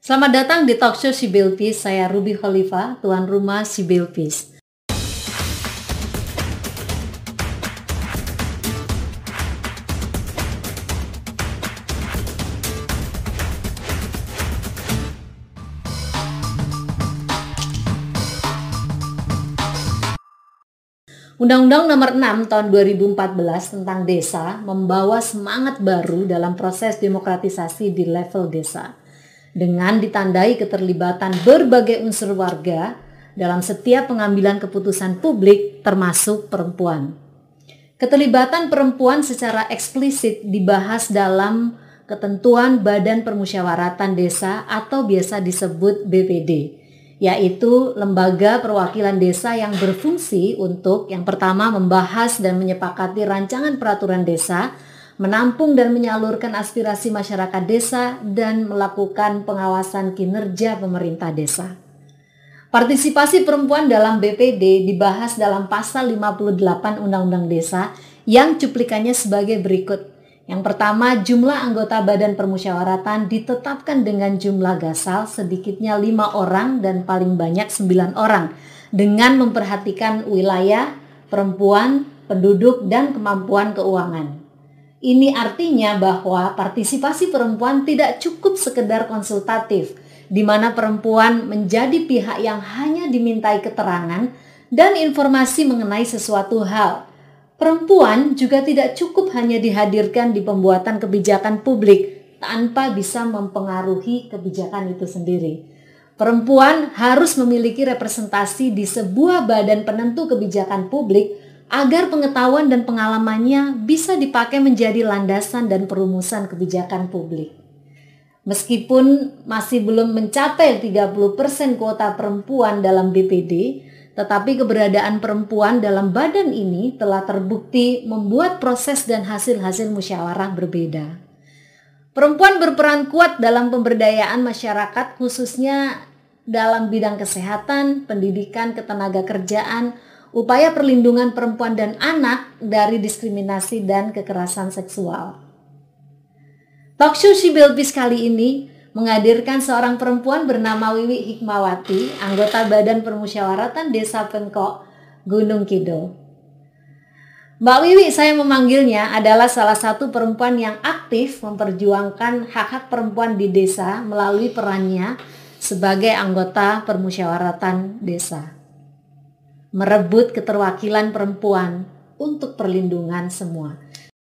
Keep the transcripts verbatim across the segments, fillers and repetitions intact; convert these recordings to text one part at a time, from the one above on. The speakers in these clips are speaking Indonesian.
Selamat datang di Talkshow Sibilpis, saya Ruby Khalifah, tuan rumah Sibilpis. Undang-Undang Nomor enam Tahun dua ribu empat belas tentang desa membawa semangat baru dalam proses demokratisasi di level desa, dengan ditandai keterlibatan berbagai unsur warga dalam setiap pengambilan keputusan publik termasuk perempuan. Keterlibatan perempuan secara eksplisit dibahas dalam ketentuan Badan Permusyawaratan Desa atau biasa disebut B P D, yaitu lembaga perwakilan desa yang berfungsi untuk yang pertama membahas dan menyepakati rancangan peraturan desa, menampung dan menyalurkan aspirasi masyarakat desa, dan melakukan pengawasan kinerja pemerintah desa. Partisipasi perempuan dalam B P D dibahas dalam pasal lima puluh delapan Undang-Undang Desa yang cuplikannya sebagai berikut. Yang pertama, jumlah anggota Badan Permusyawaratan ditetapkan dengan jumlah gasal sedikitnya lima orang dan paling banyak sembilan orang dengan memperhatikan wilayah, perempuan, penduduk, dan kemampuan keuangan. Ini artinya bahwa partisipasi perempuan tidak cukup sekedar konsultatif, di mana perempuan menjadi pihak yang hanya dimintai keterangan dan informasi mengenai sesuatu hal. Perempuan juga tidak cukup hanya dihadirkan di pembuatan kebijakan publik tanpa bisa mempengaruhi kebijakan itu sendiri. Perempuan harus memiliki representasi di sebuah badan penentu kebijakan publik agar pengetahuan dan pengalamannya bisa dipakai menjadi landasan dan perumusan kebijakan publik. Meskipun masih belum mencapai tiga puluh persen kuota perempuan dalam B P D, tetapi keberadaan perempuan dalam badan ini telah terbukti membuat proses dan hasil-hasil musyawarah berbeda. Perempuan berperan kuat dalam pemberdayaan masyarakat, khususnya dalam bidang kesehatan, pendidikan, ketenagakerjaan, upaya perlindungan perempuan dan anak dari diskriminasi dan kekerasan seksual. Talkshow Sibilpis kali ini menghadirkan seorang perempuan bernama Wiwi Hikmawati, anggota Badan Permusyawaratan Desa Pengkok, Gunung Kidul. Mbak Wiwi, saya memanggilnya, adalah salah satu perempuan yang aktif memperjuangkan hak-hak perempuan di desa melalui perannya sebagai anggota Permusyawaratan Desa, merebut keterwakilan perempuan untuk perlindungan semua.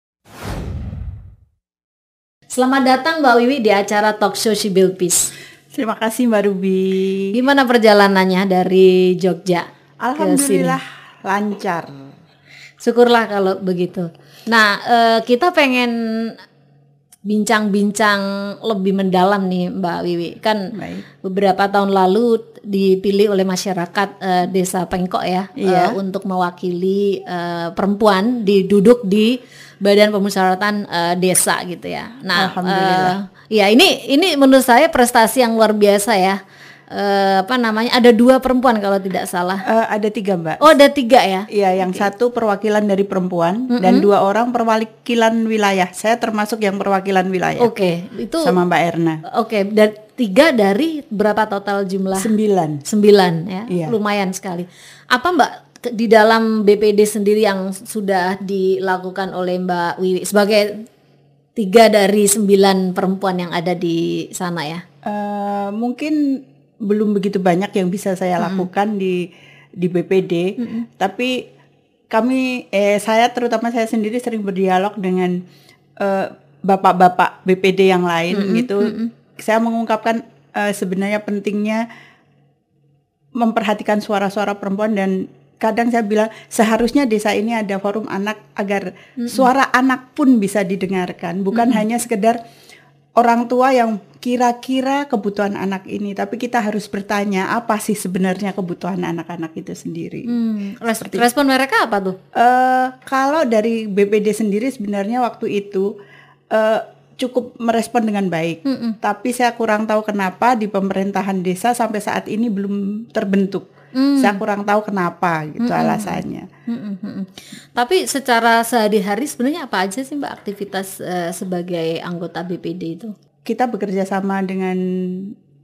Selamat datang Mbak Wiwi di acara Talkshow Sibilpis. Terima kasih Mbak Ruby. Gimana perjalanannya dari Jogja? Alhamdulillah lancar. Syukurlah kalau begitu. Nah, eh, kita pengen bincang-bincang lebih mendalam nih Mbak Wiwi. Kan Baik. beberapa tahun lalu dipilih oleh masyarakat eh, Desa Pengkok ya, iya. eh, untuk mewakili eh, perempuan diduduk di Badan Permusyawaratan uh, Desa gitu ya. Nah, Alhamdulillah. Uh, ya ini ini menurut saya prestasi yang luar biasa ya. Uh, apa namanya? Ada dua perempuan kalau tidak salah. Uh, ada tiga Mbak. Oh ada tiga ya? Iya, yang okay. satu perwakilan dari perempuan mm-hmm. dan dua orang perwakilan wilayah. Saya termasuk yang perwakilan wilayah. Oke, okay. Itu sama Mbak Erna. Oke, okay. Dan tiga dari berapa total jumlah? Sembilan. Sembilan ya, iya. Lumayan sekali. Apa Mbak? Di dalam B P D sendiri yang sudah dilakukan oleh Mbak Wiwi sebagai tiga dari sembilan perempuan yang ada di sana ya? Uh, mungkin belum begitu banyak yang bisa saya mm-hmm. lakukan di di B P D, mm-hmm. tapi kami, eh saya terutama saya sendiri sering berdialog dengan uh, bapak-bapak B P D yang lain mm-hmm. gitu. Mm-hmm. Saya mengungkapkan uh, sebenarnya pentingnya memperhatikan suara-suara perempuan, dan kadang saya bilang seharusnya desa ini ada forum anak agar mm-hmm. suara anak pun bisa didengarkan, bukan mm-hmm. hanya sekedar orang tua yang kira-kira kebutuhan anak ini, tapi kita harus bertanya apa sih sebenarnya kebutuhan anak-anak itu sendiri. Hmm. Res- respon mereka apa tuh? Uh, kalau dari B P D sendiri sebenarnya waktu itu uh, cukup merespon dengan baik, mm-hmm. tapi saya kurang tahu kenapa di pemerintahan desa sampai saat ini belum terbentuk. Hmm. Saya kurang tahu kenapa gitu hmm. alasannya. Hmm. Hmm. Tapi secara sehari-hari sebenarnya apa aja sih Mbak aktivitas uh, sebagai anggota B P D itu? Kita bekerja sama dengan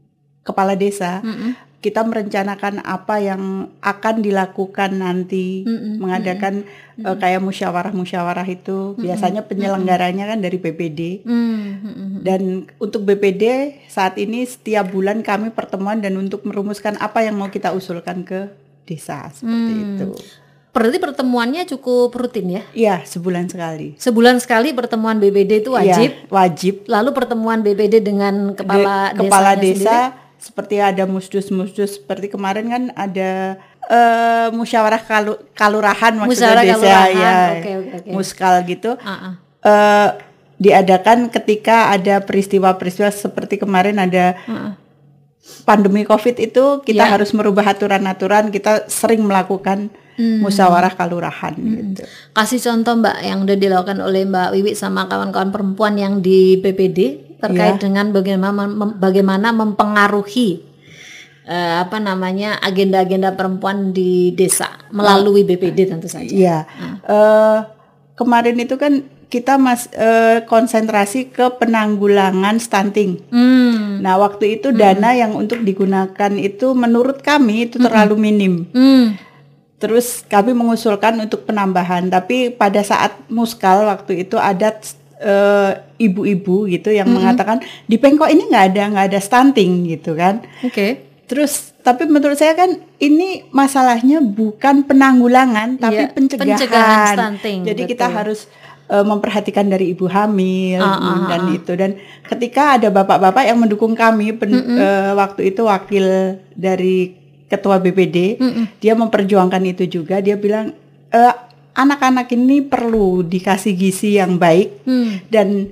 kepala desa. Mm-mm. Kita merencanakan apa yang akan dilakukan nanti, mm-mm, mengadakan mm-mm. Uh, kayak musyawarah-musyawarah itu, mm-mm. biasanya penyelenggaranya kan dari B P D. Mm-mm. Dan untuk B P D saat ini setiap bulan kami pertemuan dan untuk merumuskan apa yang mau kita usulkan ke desa seperti mm. itu. Berarti pertemuannya cukup rutin ya? Iya, sebulan sekali. Sebulan sekali pertemuan B P D itu wajib? Ya, wajib. Lalu pertemuan B P D dengan kepala De, kepala desa sendiri? Seperti ada musdus-musdus, seperti kemarin kan ada uh, musyawarah kalu, kalurahan maksudnya musyawarah desa kalurahan. Ya, okay, okay, okay. muskal gitu. Uh-uh. Uh, diadakan ketika ada peristiwa-peristiwa seperti kemarin ada uh-uh. pandemi COVID itu kita yeah. harus merubah aturan-aturan, kita sering melakukan Hmm. musyawarah kalurahan hmm. gitu. Kasih contoh Mbak yang udah dilakukan oleh Mbak Wiwi sama kawan-kawan perempuan yang di B P D terkait yeah. dengan bagaimana mem- bagaimana mempengaruhi uh, apa namanya agenda-agenda perempuan di desa melalui B P D tentu saja. Iya. Yeah. Hmm. Uh, kemarin itu kan kita mas uh, konsentrasi ke penanggulangan stunting. Hmm. Nah waktu itu hmm. dana yang untuk digunakan itu menurut kami itu terlalu hmm. minim. Hmm. Terus kami mengusulkan untuk penambahan, tapi pada saat muskal waktu itu ada uh, ibu-ibu gitu yang mm-hmm. mengatakan di Pengkok ini nggak ada nggak ada stunting gitu kan. Oke. Okay. Terus tapi menurut saya kan ini masalahnya bukan penanggulangan tapi yeah, pencegahan. pencegahan stunting. Jadi betul. kita harus uh, memperhatikan dari ibu hamil uh, uh, dan uh. itu dan ketika ada bapak-bapak yang mendukung kami pen, mm-hmm. uh, waktu itu wakil dari ketua B P D, mm-mm. dia memperjuangkan itu juga. Dia bilang e, anak-anak ini perlu dikasih gizi yang baik mm. dan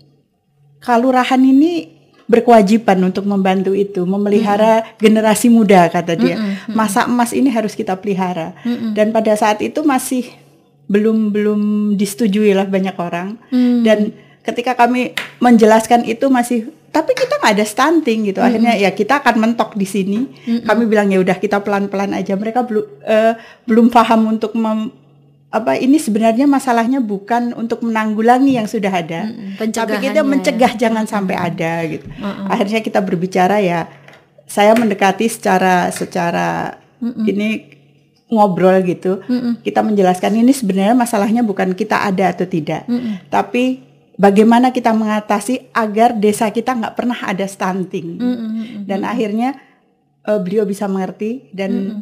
kalurahan ini berkewajiban untuk membantu itu, memelihara mm-mm. generasi muda kata dia. Mm-mm. Masa emas ini harus kita pelihara. Mm-mm. Dan pada saat itu masih belum belum disetujui lah banyak orang. Mm. Dan ketika kami menjelaskan itu masih tapi kita nggak ada stunting gitu. Mm-hmm. Akhirnya ya kita akan mentok di sini. Mm-hmm. Kami bilang ya udah kita pelan-pelan aja. Mereka belum uh, belum paham untuk mem, apa ini sebenarnya masalahnya bukan untuk menanggulangi yang sudah ada, mm-hmm. tapi kita mencegah ya. jangan mm-hmm. sampai ada gitu. Mm-hmm. Akhirnya kita berbicara ya. Saya mendekati secara secara mm-hmm. ini ngobrol gitu. Mm-hmm. Kita menjelaskan ini sebenarnya masalahnya bukan kita ada atau tidak, mm-hmm. tapi bagaimana kita mengatasi agar desa kita nggak pernah ada stunting. Mm-hmm. Dan akhirnya uh, beliau bisa mengerti dan mm-hmm.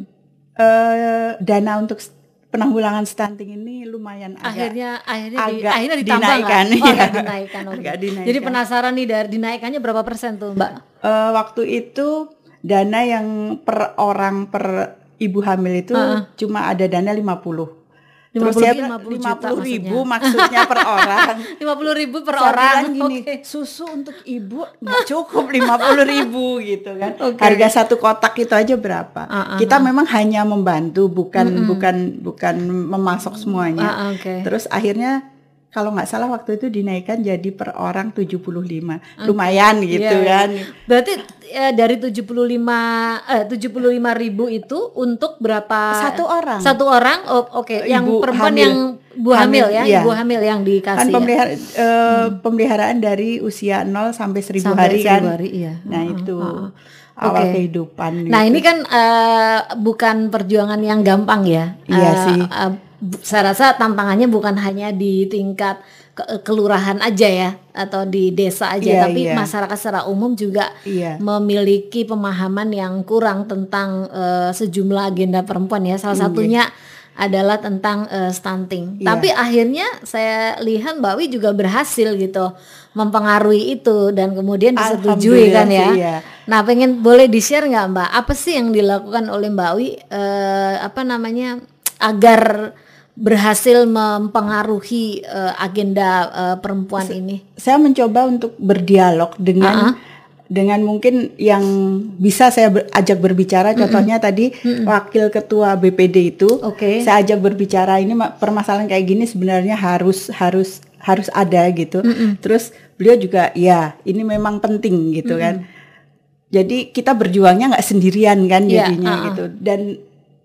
uh, dana untuk penanggulangan stunting ini lumayan akhirnya agak, akhirnya agak di, akhirnya ditambah dinaikkan, oh, ya. agak dinaikkan, okay. agak dinaikkan. Jadi penasaran nih dari dinaikannya berapa persen tuh Mbak? Uh, waktu itu dana yang per orang per ibu hamil itu uh-uh. cuma ada dana lima puluh. Terus ya lima puluh ribu maksudnya per orang. lima puluh ribu per saya orang. Gini, okay. Susu untuk ibu nggak cukup lima puluh ribu gitu kan. Okay. Harga satu kotak itu aja berapa? Uh, uh, Kita uh. memang hanya membantu, bukan mm-hmm. bukan bukan memasok semuanya. Uh, okay. Terus akhirnya kalau nggak salah waktu itu dinaikkan jadi per orang tujuh puluh lima. Okay. Lumayan gitu yeah, kan. Yeah. Berarti ya, dari tujuh puluh lima eh tujuh puluh lima ribu itu untuk berapa? Satu orang. Satu orang. Oh, oke. Okay. Yang perempuan hamil. yang ibu hamil, hamil ya, iya. ibu hamil yang dikasih. Kan pemelihara, ya? uh, hmm. pemeliharaan dari usia nol sampai seribu hari kan. Hari, iya. Nah, uh, itu uh, uh. awal okay. kehidupan. Nah, gitu. ini kan uh, bukan perjuangan yang gampang ya. Iya uh, sih. Uh, saya rasa tantangannya bukan hanya di tingkat ke- kelurahan aja ya atau di desa aja, yeah, tapi yeah. masyarakat secara umum juga yeah. memiliki pemahaman yang kurang tentang uh, sejumlah agenda perempuan ya. Salah satunya yeah. adalah tentang uh, stunting. Yeah. Tapi akhirnya saya lihat Mbak Wi juga berhasil gitu mempengaruhi itu dan kemudian disetujui kan ya. Sih, iya. Nah, pengen boleh di-share nggak Mbak? Apa sih yang dilakukan oleh Mbak Wi uh, apa namanya agar berhasil mempengaruhi uh, agenda uh, perempuan S- ini? Saya mencoba untuk berdialog dengan uh-huh. dengan mungkin yang bisa saya ber- ajak berbicara. Mm-mm. Contohnya tadi Mm-mm. wakil ketua B P D itu, okay. saya ajak berbicara ini permasalahan kayak gini sebenarnya harus harus harus ada gitu. Mm-mm. Terus beliau juga ya ini memang penting gitu Mm-mm. kan. Jadi kita berjuangnya nggak sendirian kan jadinya yeah, uh-uh. gitu dan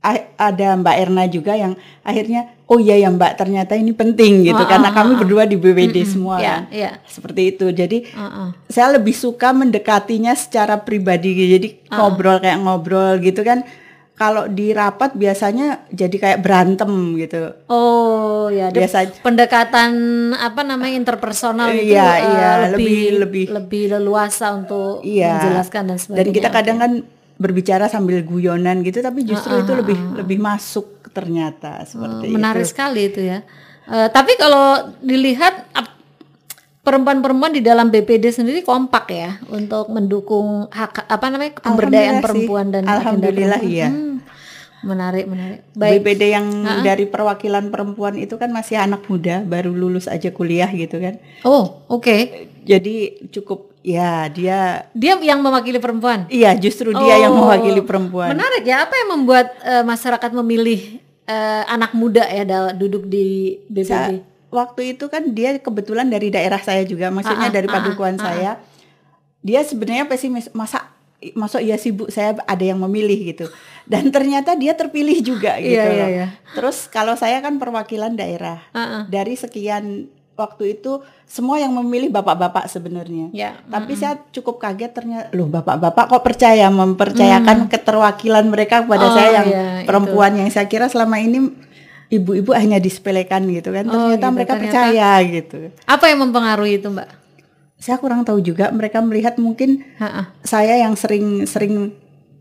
ada Mbak Erna juga yang akhirnya oh iya ya Mbak ternyata ini penting gitu, oh, karena oh, kami oh, berdua di B P D mm-mm, semua yeah, kan yeah. seperti itu. Jadi oh, oh. saya lebih suka mendekatinya secara pribadi, jadi oh. ngobrol kayak ngobrol gitu kan. Kalau di rapat biasanya jadi kayak berantem gitu. Oh ya, biasa pendekatan apa namanya interpersonal itu iya, uh, iya, lebih lebih lebih leluasa untuk iya. menjelaskan dan sebagainya. Dan kita kadang kan berbicara sambil guyonan gitu, tapi justru uh, uh, itu uh, lebih uh, lebih masuk ternyata seperti uh, menarik itu. sekali itu ya. Uh, tapi kalau dilihat perempuan-perempuan di dalam B P D sendiri kompak ya untuk mendukung hak apa namanya pemberdayaan perempuan dan alhamdulillah iya. Hmm, menarik menarik. Baik. B P D yang uh-huh. dari perwakilan perempuan itu kan masih anak muda, baru lulus aja kuliah gitu kan. Oh, oke. Okay. Jadi cukup ya dia dia yang mewakili perempuan. Iya, justru dia oh, yang mewakili perempuan. Menarik ya, apa yang membuat uh, masyarakat memilih uh, anak muda ya da- duduk di B P D? Sa- Waktu itu kan dia kebetulan dari daerah saya juga, maksudnya ah, dari padukuan ah, saya. Ah, dia sebenarnya pesimis, masa masuk iya sibuk saya ada yang memilih gitu. Dan ternyata dia terpilih juga gitu. Iya, iya, iya. Terus kalau saya kan perwakilan daerah. Ah, ah. Dari sekian waktu itu semua yang memilih bapak-bapak sebenarnya. Ya, Tapi mm-mm. saya cukup kaget ternyata, loh bapak-bapak kok percaya mempercayakan mm. keterwakilan mereka kepada oh, saya yang iya, perempuan itu. Yang saya kira selama ini ibu-ibu hanya disepelekan gitu kan, ternyata oh, gitu. mereka ternyata percaya gitu. Apa yang mempengaruhi itu Mbak? Saya kurang tahu juga, mereka melihat mungkin Ha-ha. saya yang sering-sering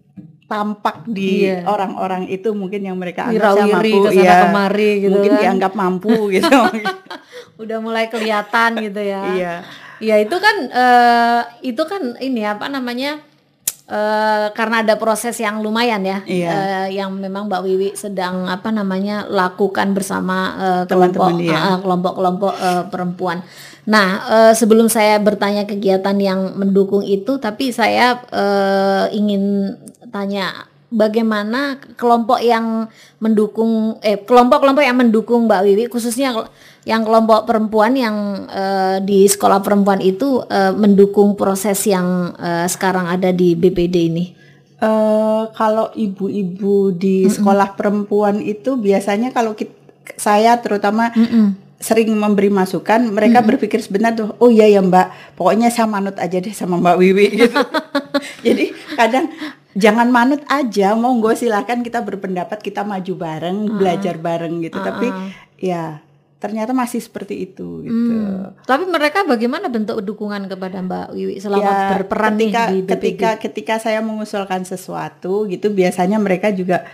tampak di iya. orang-orang itu mungkin yang mereka anggap saya mampu, ya, kemari, gitu mungkin kan. dianggap mampu gitu. Udah mulai kelihatan gitu ya. Iya. Ya itu kan uh, itu kan ini apa namanya? Uh, karena ada proses yang lumayan ya, iya. uh, yang memang Mbak Wiwi sedang apa namanya lakukan bersama uh, kelompok uh, kelompok-kelompok uh, perempuan. Nah, uh, sebelum saya bertanya kegiatan yang mendukung itu, tapi saya uh, ingin tanya bagaimana kelompok yang mendukung eh kelompok-kelompok yang mendukung Mbak Wiwi, khususnya yang kelompok perempuan yang uh, di sekolah perempuan itu uh, mendukung proses yang uh, sekarang ada di B P D ini. Uh, kalau ibu-ibu di Mm-mm. sekolah perempuan itu biasanya kalau kita, saya terutama Mm-mm. sering memberi masukan, mereka Mm-mm. berpikir sebentar tuh, oh iya ya Mbak, pokoknya saya manut aja deh sama Mbak Wiwi gitu. Jadi kadang jangan manut aja, monggo silakan kita berpendapat, kita maju bareng, uh-uh. belajar bareng gitu. Uh-uh. Tapi ya ternyata masih seperti itu gitu. Hmm. Tapi mereka bagaimana bentuk dukungan kepada Mbak Wiwi selama ya, berperan ketika, nih di B P D? Ketika ketika saya mengusulkan sesuatu gitu, biasanya mereka juga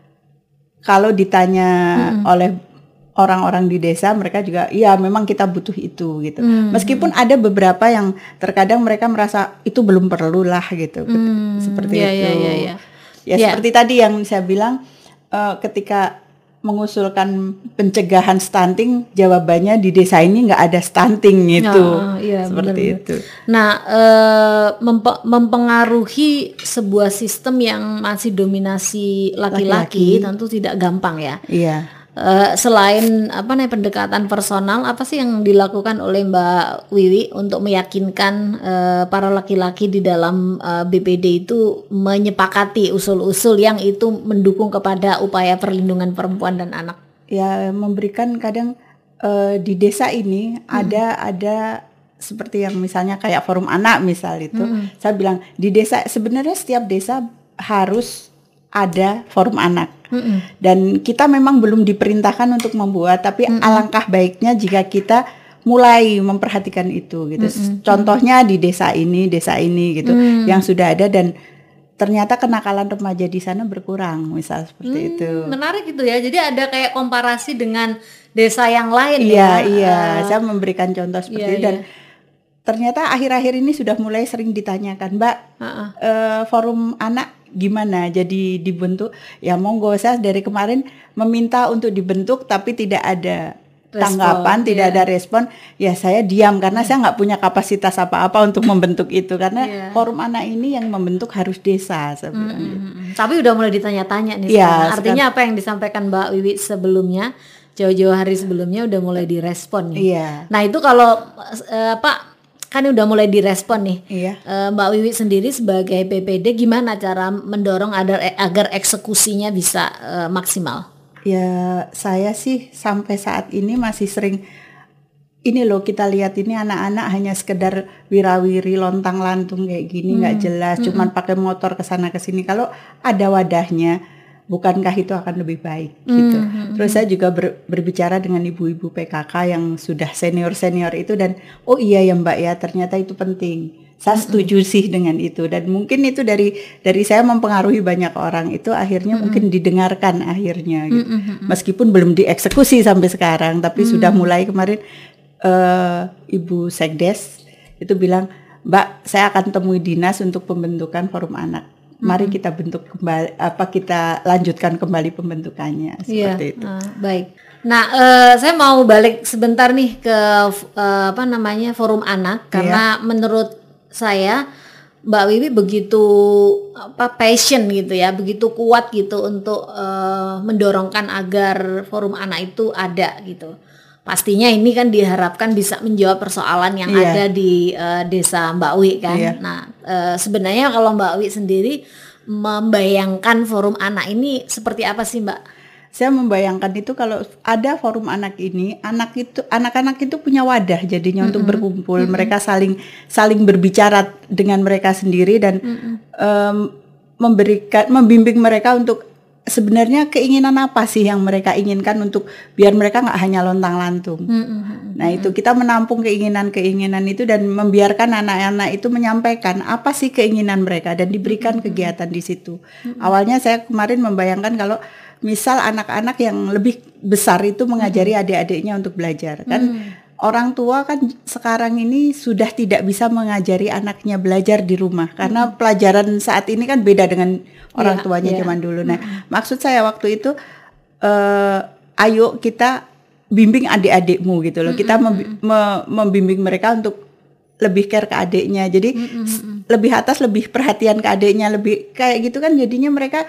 kalau ditanya hmm. oleh orang-orang di desa, mereka juga iya memang kita butuh itu gitu. Hmm. Meskipun ada beberapa yang terkadang mereka merasa itu belum perlu lah gitu. Hmm. Seperti ya, itu. Ya, ya, ya. ya, ya seperti tadi yang saya bilang uh, ketika mengusulkan pencegahan stunting, jawabannya di desa ini nggak ada stunting gitu, oh, iya, seperti benar, itu. Nah, e, mempe- mempengaruhi sebuah sistem yang masih dominasi laki-laki, laki-laki. Tentu tidak gampang ya. Iya. Uh, selain apa nih pendekatan personal, apa sih yang dilakukan oleh Mbak Wiwi untuk meyakinkan uh, para laki-laki di dalam uh, B P D itu menyepakati usul-usul yang itu mendukung kepada upaya perlindungan perempuan dan anak? Ya, memberikan kadang uh, di desa ini hmm. ada ada seperti yang misalnya kayak forum anak misal itu, hmm. saya bilang di desa sebenarnya setiap desa harus ada forum anak. Mm-mm. Dan kita memang belum diperintahkan untuk membuat, tapi Mm-mm. alangkah baiknya jika kita mulai memperhatikan itu gitu. Mm-mm. Contohnya di desa ini, desa ini gitu, mm. yang sudah ada dan ternyata kenakalan remaja di sana berkurang, misal seperti mm, itu. Menarik itu ya. Jadi ada kayak komparasi dengan desa yang lain iya, ya. Iya, iya. Uh, saya memberikan contoh seperti iya, itu dan iya. ternyata akhir-akhir ini sudah mulai sering ditanyakan, Mbak, uh-uh. uh, forum anak gimana jadi dibentuk? Ya monggo, saya dari kemarin meminta untuk dibentuk tapi tidak ada respon, tanggapan, iya. tidak ada respon. Ya saya diam karena hmm. saya nggak punya kapasitas apa-apa untuk membentuk itu karena yeah. forum anak ini yang membentuk harus desa. Saya bilang hmm, gitu. hmm. Tapi udah mulai ditanya-tanya nih. Ya, artinya apa yang disampaikan Mbak Wiwi sebelumnya, jauh-jauh hari sebelumnya udah mulai direspon nih. Iya. Nah itu kalau uh, apa? kan udah mulai direspon nih. Iya. Uh, Mbak Wiwi sendiri sebagai B P D gimana cara mendorong agar agar eksekusinya bisa uh, maksimal? Ya saya sih sampai saat ini masih sering, ini loh kita lihat ini anak-anak hanya sekedar wirawiri lontang lantung kayak gini nggak hmm. jelas, hmm. cuman pakai motor kesana kesini. Kalau ada wadahnya, bukankah itu akan lebih baik gitu. Hmm. Terus saya juga ber, berbicara dengan ibu-ibu P K K yang sudah senior-senior itu, dan oh iya ya Mbak ya, ternyata itu penting. Saya setuju mm-hmm. sih dengan itu, dan mungkin itu dari dari saya mempengaruhi banyak orang, itu akhirnya mm-hmm. mungkin didengarkan akhirnya gitu. Mm-hmm. Meskipun belum dieksekusi sampai sekarang, tapi mm-hmm. sudah mulai kemarin uh, Ibu Sekdes itu bilang, Mbak saya akan temui dinas untuk pembentukan forum anak. Mari mm-hmm. kita bentuk kembali, apa kita lanjutkan kembali pembentukannya seperti yeah. itu. Uh, baik. Nah, uh, saya mau balik sebentar nih ke uh, apa namanya forum anak, karena yeah. menurut saya Mbak Wiwi begitu apa passion gitu ya, begitu kuat gitu untuk uh, mendorongkan agar forum anak itu ada gitu. Pastinya ini kan diharapkan bisa menjawab persoalan yang yeah. ada di uh, desa Mbak Wi kan. Yeah. Nah, uh, sebenarnya kalau Mbak Wi sendiri membayangkan forum anak ini seperti apa sih Mbak? Saya membayangkan itu kalau ada forum anak ini, anak itu anak-anak itu punya wadah jadinya mm-hmm. untuk berkumpul, mm-hmm. mereka saling saling berbicara dengan mereka sendiri dan mm-hmm. um, memberikan membimbing mereka untuk sebenarnya keinginan apa sih yang mereka inginkan, untuk biar mereka nggak hanya lontang-lantung. Mm-hmm. Nah itu kita menampung keinginan-keinginan itu dan membiarkan anak-anak itu menyampaikan apa sih keinginan mereka dan diberikan mm-hmm. kegiatan di situ. Mm-hmm. Awalnya saya kemarin membayangkan kalau misal anak-anak yang lebih besar itu mengajari mm-hmm. adik-adiknya untuk belajar. Kan mm. orang tua kan sekarang ini sudah tidak bisa mengajari anaknya belajar di rumah. Karena mm-hmm. pelajaran saat ini kan beda dengan orang yeah, tuanya yeah. zaman dulu. Nah mm-hmm. maksud saya waktu itu, uh, ayo kita bimbing adik-adikmu gitu loh. Mm-hmm. Kita mem- mem- membimbing mereka untuk lebih care ke adiknya. Jadi mm-hmm. lebih atas, lebih perhatian ke adiknya. Lebih kayak gitu kan jadinya mereka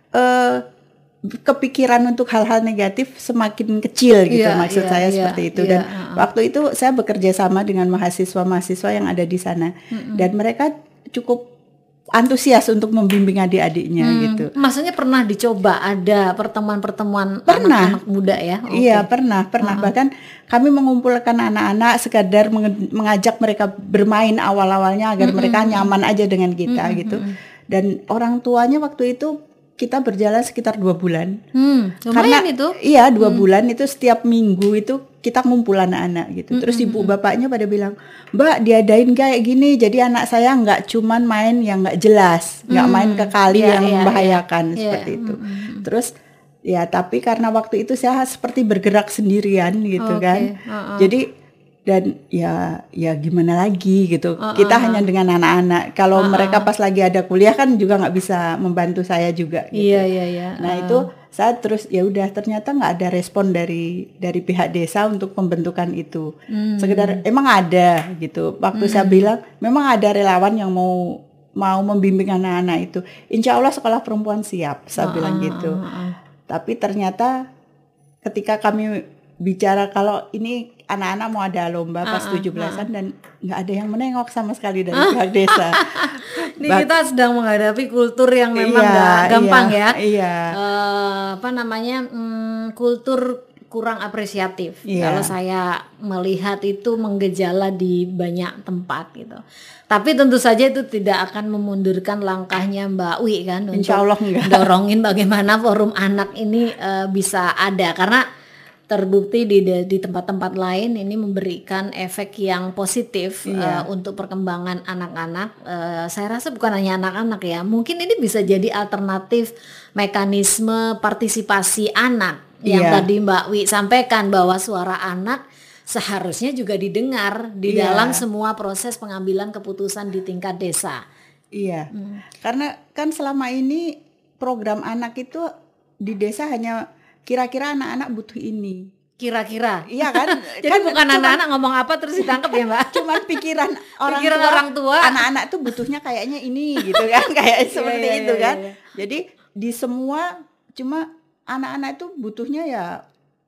Uh, kepikiran untuk hal-hal negatif semakin kecil gitu, yeah, maksud yeah, saya yeah, seperti itu. Dan yeah, uh-uh. waktu itu saya bekerja sama dengan mahasiswa-mahasiswa yang ada di sana, mm-hmm. dan mereka cukup antusias untuk membimbing adik-adiknya hmm. gitu. Maksudnya pernah dicoba ada pertemuan-pertemuan pernah. anak-anak muda ya? Okay. Iya pernah, pernah. Uh-huh. Bahkan kami mengumpulkan anak-anak sekadar menge- mengajak mereka bermain awal-awalnya agar mm-hmm. mereka nyaman aja dengan kita mm-hmm. gitu. Dan orang tuanya waktu itu kita berjalan sekitar dua bulan. Hmm, lumayan karena itu. Iya dua hmm. bulan itu setiap minggu itu kita ngumpul anak-anak gitu. Hmm, Terus ibu hmm. bapaknya pada bilang, Mbak diadain kayak gini, jadi anak saya nggak cuman main yang nggak jelas, nggak hmm. main ke kali yeah, yang yeah, membahayakan yeah. seperti yeah. itu. Hmm. Terus ya tapi karena waktu itu saya seperti bergerak sendirian gitu okay. kan. Uh-uh. Jadi dan ya ya gimana lagi gitu, uh, kita uh, hanya dengan anak-anak. Kalau uh, mereka pas lagi ada kuliah kan juga nggak bisa membantu saya juga gitu. Iya iya iya. Nah uh. itu saya terus ya udah, ternyata nggak ada respon dari dari pihak desa untuk pembentukan itu. Hmm. Sekedar emang ada gitu. Waktu hmm. saya bilang memang ada relawan yang mau mau membimbing anak-anak itu. Insya Allah sekolah perempuan siap, saya uh, bilang gitu. Uh, uh. Tapi ternyata ketika kami bicara kalau ini anak-anak mau ada lomba pas tujuh belasan uh, uh. dan nggak ada yang menengok sama sekali dari pihak desa. Ini Bak- kita sedang menghadapi kultur yang memang nggak iya, gampang iya, ya. Iya. Uh, apa namanya hmm, kultur kurang apresiatif. Iya. Kalau saya melihat itu menggejala di banyak tempat gitu. Tapi tentu saja itu tidak akan memundurkan langkahnya Mbak Wi kan Insya Allah untuk enggak. dorongin bagaimana forum anak ini uh, bisa ada, karena terbukti di di tempat-tempat lain ini memberikan efek yang positif iya. uh, untuk perkembangan anak-anak. Uh, saya rasa bukan hanya anak-anak ya, mungkin ini bisa jadi alternatif mekanisme partisipasi anak yang iya. tadi Mbak Wi sampaikan, bahwa suara anak seharusnya juga didengar di iya. dalam semua proses pengambilan keputusan di tingkat desa. Iya, hmm. karena kan selama ini program anak itu di desa hanya kira-kira anak-anak butuh ini. Kira-kira. Iya kan? Jadi kan bukan cuman, anak-anak ngomong apa terus ditangkap ya, Mbak? Cuman pikiran orang pikiran tua. orang tua. Anak-anak tuh butuhnya kayaknya ini gitu kan. Kayak seperti iya, itu iya, kan. iya. Jadi di semua cuma anak-anak itu butuhnya ya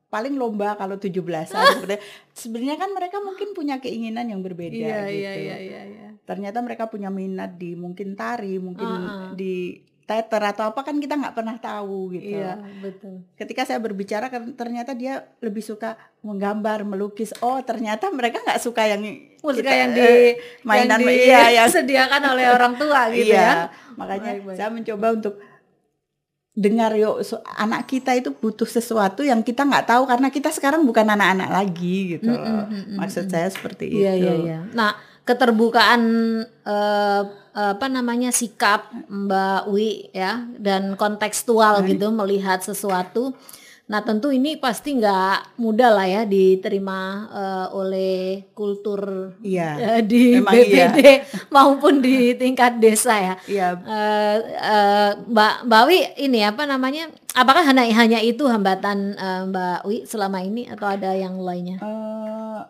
paling lomba kalau tujuh belasan. Sebenarnya kan mereka mungkin punya keinginan yang berbeda Iya, gitu. iya, iya, iya, iya. Ternyata mereka punya minat di mungkin tari, mungkin Uh-uh. di teater atau apa, kan kita nggak pernah tahu gitu. Iya, betul. Ketika saya berbicara kan ternyata dia lebih suka menggambar, melukis. Oh, ternyata mereka nggak suka yang Musik kita, yang di eh, mainan yang iya, yang disediakan oleh orang tua gitu iya, ya. makanya Baik, baik. saya mencoba untuk dengar yuk, so, anak kita itu butuh sesuatu yang kita nggak tahu karena kita sekarang bukan anak-anak lagi gitu. Mm, mm, mm, mm, Maksud mm. saya seperti Iya, itu. iya, iya. Nah, keterbukaan eh, apa namanya sikap Mbak Wi ya dan kontekstual Baik. gitu melihat sesuatu. Nah, tentu ini pasti nggak mudah lah ya diterima eh, oleh kultur Iya, eh, di memang B P D iya. maupun di tingkat desa ya. Iya, Eh, eh, Mbak Mbak Wi ini apa namanya? Apakah hanya hanya itu hambatan eh, Mbak Wi selama ini atau ada yang lainnya? eh,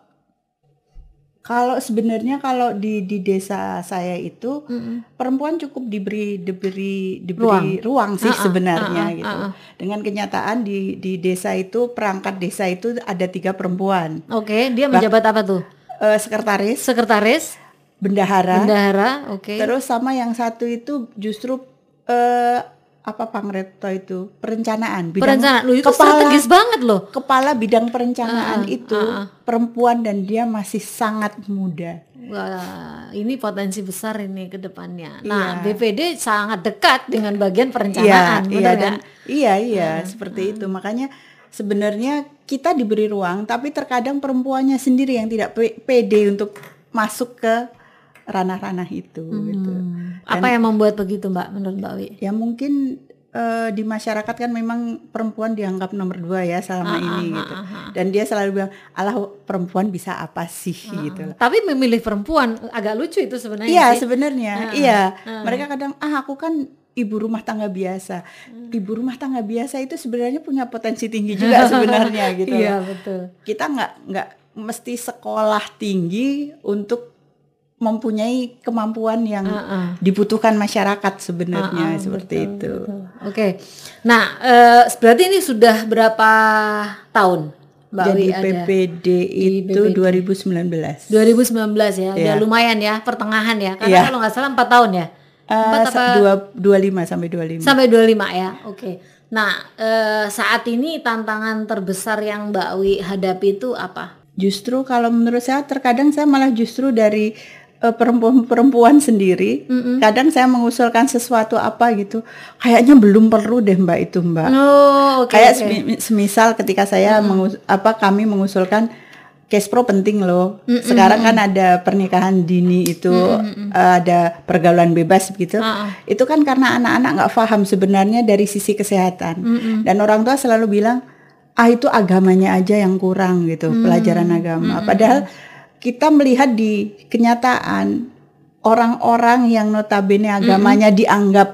kalau sebenarnya kalau di di desa saya itu Mm-mm. perempuan cukup diberi diberi diberi ruang, sih Uh-uh, sebenarnya uh-uh, gitu. uh-uh. Dengan kenyataan di di desa itu perangkat desa itu ada tiga perempuan. Oke, dia Bah- menjabat apa tuh? Eh, sekretaris, Sekretaris, bendahara, bendahara, oke. terus sama yang satu itu justru eh, apa Pangreto itu perencanaan bidang Perencanaan, lu itu kepala strategis banget loh. kepala bidang perencanaan Uh-uh, itu uh-uh. perempuan dan dia masih sangat muda. Wah, ini potensi besar ini ke depannya. Iya. Nah, B P D sangat dekat dengan bagian perencanaan, Iya, benar iya, nggak? dan iya iya seperti itu. Makanya sebenarnya kita diberi ruang, tapi terkadang perempuannya sendiri yang tidak pe- pede untuk masuk ke ranah-ranah itu gitu. Hmm. Apa yang membuat begitu, Mbak, menurut Mbak Wi? Ya mungkin eh, di masyarakat kan memang perempuan dianggap nomor dua ya selama Ah, ini ah, gitu. ah, ah. Dan dia selalu bilang, alah perempuan bisa apa sih gitu. Tapi memilih perempuan agak lucu itu sebenarnya Iya sih. sebenarnya, Ah, iya. ah. Mereka kadang ah aku kan ibu rumah tangga biasa. Ibu rumah tangga biasa itu sebenarnya punya potensi tinggi juga sebenarnya gitu. Iya, betul. Kita nggak nggak mesti sekolah tinggi untuk mempunyai kemampuan yang Ah, ah. dibutuhkan masyarakat sebenarnya Ah, ah, seperti betul, itu. betul. Oke. Nah, eh, berarti ini sudah berapa tahun Mbak Jadi Wi ada? P P D itu B P D. dua ribu sembilan belas. dua ribu sembilan belas ya, udah Iya. lumayan ya, pertengahan ya. Karena Iya. kalau nggak salah empat tahun ya. Empat apa? dua dua lima sampai dua lima. Sampai dua puluh lima ya. Oke. Nah, eh, saat ini tantangan terbesar yang Mbak Wi hadapi itu apa? Justru kalau menurut saya terkadang saya malah justru dari eh, perempuan-perempuan sendiri, kadang saya mengusulkan sesuatu apa gitu, kayaknya belum perlu deh Mbak itu Mbak. Oh, oke. Kayak oke. semi- semisal ketika saya mengus- apa kami mengusulkan cash pro penting loh. Sekarang kan ada pernikahan dini itu, eh, ada pergaulan bebas begitu. Ah, ah. Itu kan karena anak-anak nggak paham sebenarnya dari sisi kesehatan. Dan orang tua selalu bilang, ah itu agamanya aja yang kurang gitu, pelajaran agama. Padahal kita melihat di kenyataan orang-orang yang notabene agamanya dianggap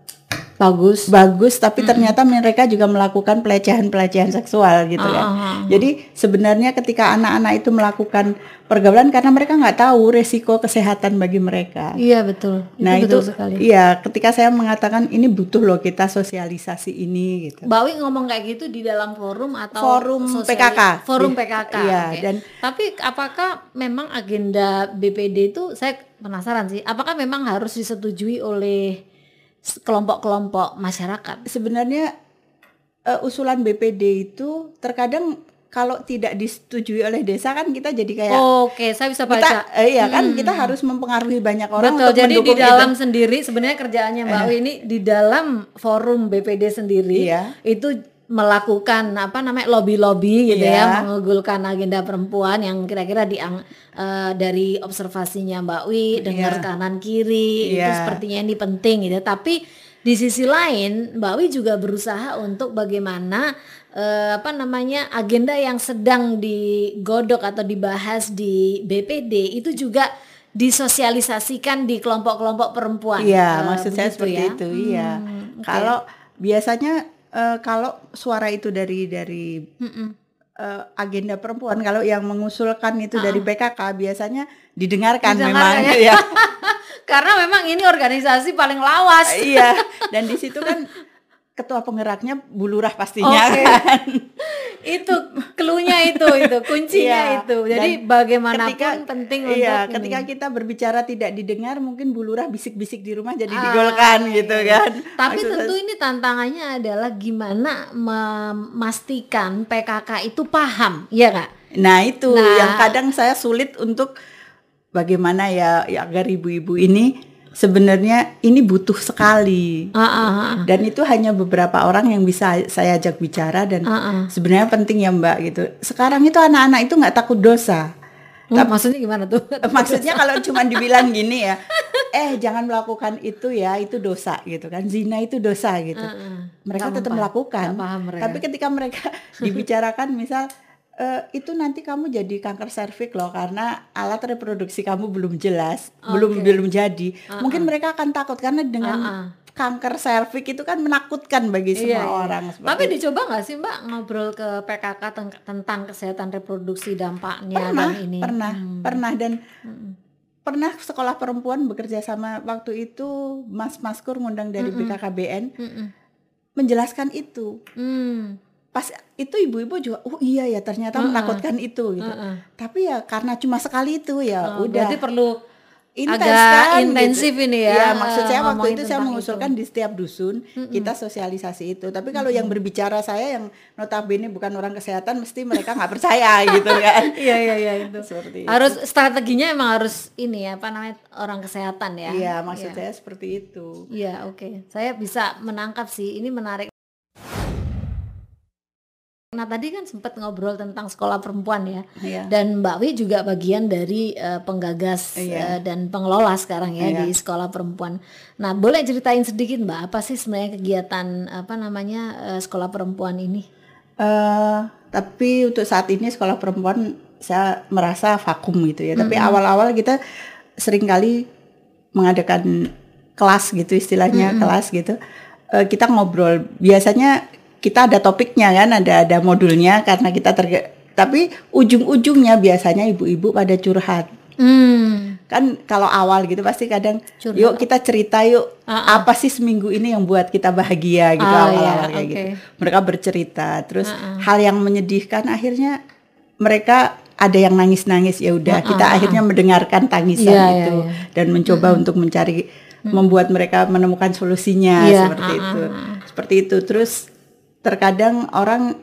Bagus. bagus, tapi ternyata mereka juga melakukan pelecehan-pelecehan seksual gitu kan. Ah, ah, ah. Jadi sebenarnya ketika anak-anak itu melakukan pergaulan karena mereka nggak tahu resiko kesehatan bagi mereka. Iya, betul. Nah betul itu, sekali. iya ketika saya mengatakan ini butuh loh kita sosialisasi ini gitu. Mbak Wi ngomong kayak gitu di dalam forum atau Forum sosiali- P K K. Forum Di- P K K. iya, oke. dan- Tapi apakah memang agenda B P D itu, saya penasaran sih, apakah memang harus disetujui oleh s- kelompok-kelompok masyarakat? Sebenarnya eh, usulan B P D itu terkadang kalau tidak disetujui oleh desa kan kita jadi kayak Oke, saya bisa kita baca. eh, iya kan kita harus mempengaruhi banyak orang Betul, untuk jadi di mendukung dalam itu. sendiri sebenarnya kerjaannya Mbak Wi ini di dalam forum B P D sendiri Iya. itu melakukan apa namanya lobby-lobby gitu Iya. ya, menggugulkan agenda perempuan yang kira-kira diang eh, dari observasinya Mbak Wi dengar Iya. kanan kiri itu Iya. sepertinya ini penting gitu. Tapi di sisi lain Mbak Wi juga berusaha untuk bagaimana eh, apa namanya agenda yang sedang digodok atau dibahas di B P D itu juga disosialisasikan di kelompok-kelompok perempuan. Iya, Eh, maksud saya begitu seperti ya? itu. Iya. Hmm, oke. Kalau biasanya eh, kalau suara itu dari dari Mm-mm. eh, agenda perempuan, kalau yang mengusulkan itu dari P K K biasanya didengarkan, Didengarkan memang ya. ya. Karena memang ini organisasi paling lawas. Iya, dan di situ kan ketua penggeraknya Bu Lurah pastinya Oke. kan. Itu cluenya itu, itu kuncinya Iya, itu. Jadi dan bagaimanapun ketika- penting Iya, untuk ketika ini. kita berbicara tidak didengar, mungkin Bu Lurah bisik-bisik di rumah jadi Ah, digolkan gitu iya. kan. Tapi Maksud tentu saya- ini tantangannya adalah gimana memastikan P K K itu paham, iya nggak? Nah itu Nah. yang kadang saya sulit untuk bagaimana ya, ya agar ibu-ibu ini sebenarnya ini butuh sekali. Ah, ah, ah. Dan itu hanya beberapa orang yang bisa saya ajak bicara dan Ah, ah. sebenarnya penting ya Mbak gitu. Sekarang itu anak-anak itu nggak takut dosa. Hmm, maksudnya gimana tuh? Maksudnya kalau cuma dibilang gini ya, eh jangan melakukan itu ya, itu dosa gitu kan, zina itu dosa gitu. Ah, ah. Mereka Nggak tetap mempa- melakukan. nggak paham mereka. Tapi ketika mereka dibicarakan misal e, itu nanti kamu jadi kanker serviks loh karena alat reproduksi kamu belum jelas, belum Oke. belum jadi. Mungkin mereka akan takut karena dengan Ah, ah. kanker serviks itu kan menakutkan bagi semua Iya, iya. orang. seperti Tapi dicoba nggak sih Mbak ngobrol ke P K K ten- tentang kesehatan reproduksi dampaknya pernah, dan ini? pernah, Hmm. pernah dan pernah sekolah perempuan bekerja sama waktu itu Mas Maskur ngundang dari B K K B N Mm-mm. menjelaskan itu. Hmm. Pas itu ibu-ibu juga, oh iya ya ternyata Uh-uh. menakutkan itu gitu. Uh-uh. Tapi ya karena cuma sekali itu ya Oh, udah. berarti perlu Intens agak kan, intensif gitu. ini ya, Iya, maksud saya eh, waktu ngomongin itu saya tentang mengusulkan itu. di setiap dusun kita sosialisasi itu. Tapi kalau yang berbicara saya yang notabene bukan orang kesehatan mesti mereka nggak percaya gitu kan. Iya iya iya itu. Seperti itu. Harus strateginya emang harus ini ya, apa namanya, orang kesehatan ya. Iya, maksud Iya. saya seperti itu. Iya, oke. Saya bisa menangkap sih. Ini menarik. Nah, tadi kan sempat ngobrol tentang sekolah perempuan ya. Iya. Dan Mbak Wi juga bagian dari eh, penggagas Iya. eh, dan pengelola sekarang ya Iya. di sekolah perempuan. Nah, boleh ceritain sedikit Mbak, apa sih sebenarnya kegiatan apa namanya eh, sekolah perempuan ini? Eh, tapi untuk saat ini sekolah perempuan saya merasa vakum gitu ya. Tapi awal-awal kita seringkali mengadakan kelas gitu istilahnya, kelas gitu. Eh, kita ngobrol. Biasanya kita ada topiknya kan, ada ada modulnya karena kita terge tapi ujung-ujungnya biasanya ibu-ibu pada curhat. Hmm. Kan kalau awal gitu pasti kadang Curhat. yuk kita cerita yuk Ah, apa sih seminggu ini yang buat kita bahagia gitu Ah, awal-awal iya, kayak oke. gitu. Mereka bercerita terus hal yang menyedihkan akhirnya mereka ada yang nangis-nangis ya udah kita akhirnya mendengarkan tangisan Iya, itu iya, iya. dan mencoba untuk mencari membuat mereka menemukan solusinya Iya, seperti ah, itu. ah, ah. Seperti itu terus terkadang orang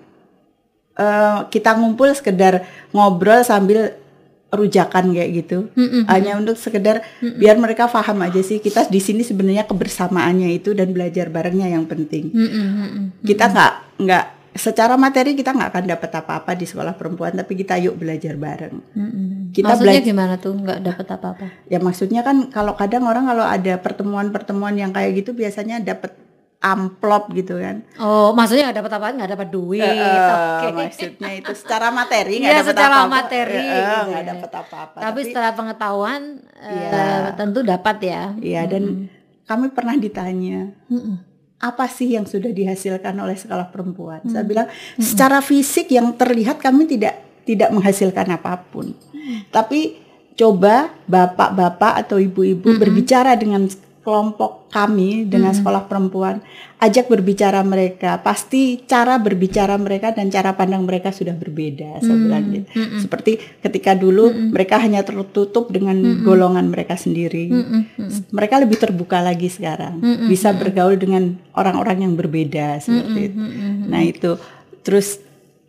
eh, kita ngumpul sekedar ngobrol sambil rujakan kayak gitu, hanya untuk sekedar biar mereka paham aja sih kita di sini sebenarnya kebersamaannya itu dan belajar barengnya yang penting. Mm, mm, mm, mm. Kita nggak nggak secara materi kita nggak akan dapat apa-apa di sekolah perempuan, tapi kita yuk belajar bareng. Mm, mm. Kita Maksudnya belajar gimana tuh nggak dapat apa-apa? ya maksudnya kan kalau kadang orang kalau ada pertemuan-pertemuan yang kayak gitu biasanya dapat amplop gitu kan. Oh, maksudnya nggak dapat apa? Nggak dapat duit? Eh, Oke. Maksudnya itu secara materi nggak Iya, dapat secara apa-apa. materi Eh, gitu nggak ya. dapat apa-apa. Tapi setelah pengetahuan, eh, Iya. tentu dapat ya. Iya, dan kami pernah ditanya, Mm-mm. apa sih yang sudah dihasilkan oleh sekolah perempuan? Saya bilang, secara fisik yang terlihat kami tidak tidak menghasilkan apapun. Tapi coba bapak-bapak atau ibu-ibu berbicara dengan kelompok kami dengan sekolah perempuan, ajak berbicara mereka, pasti cara berbicara mereka dan cara pandang mereka sudah berbeda. Saya bilang gitu. Seperti ketika dulu mereka hanya tertutup dengan golongan mereka sendiri, mereka lebih terbuka lagi sekarang, bisa bergaul dengan orang-orang yang berbeda seperti itu. Nah itu terus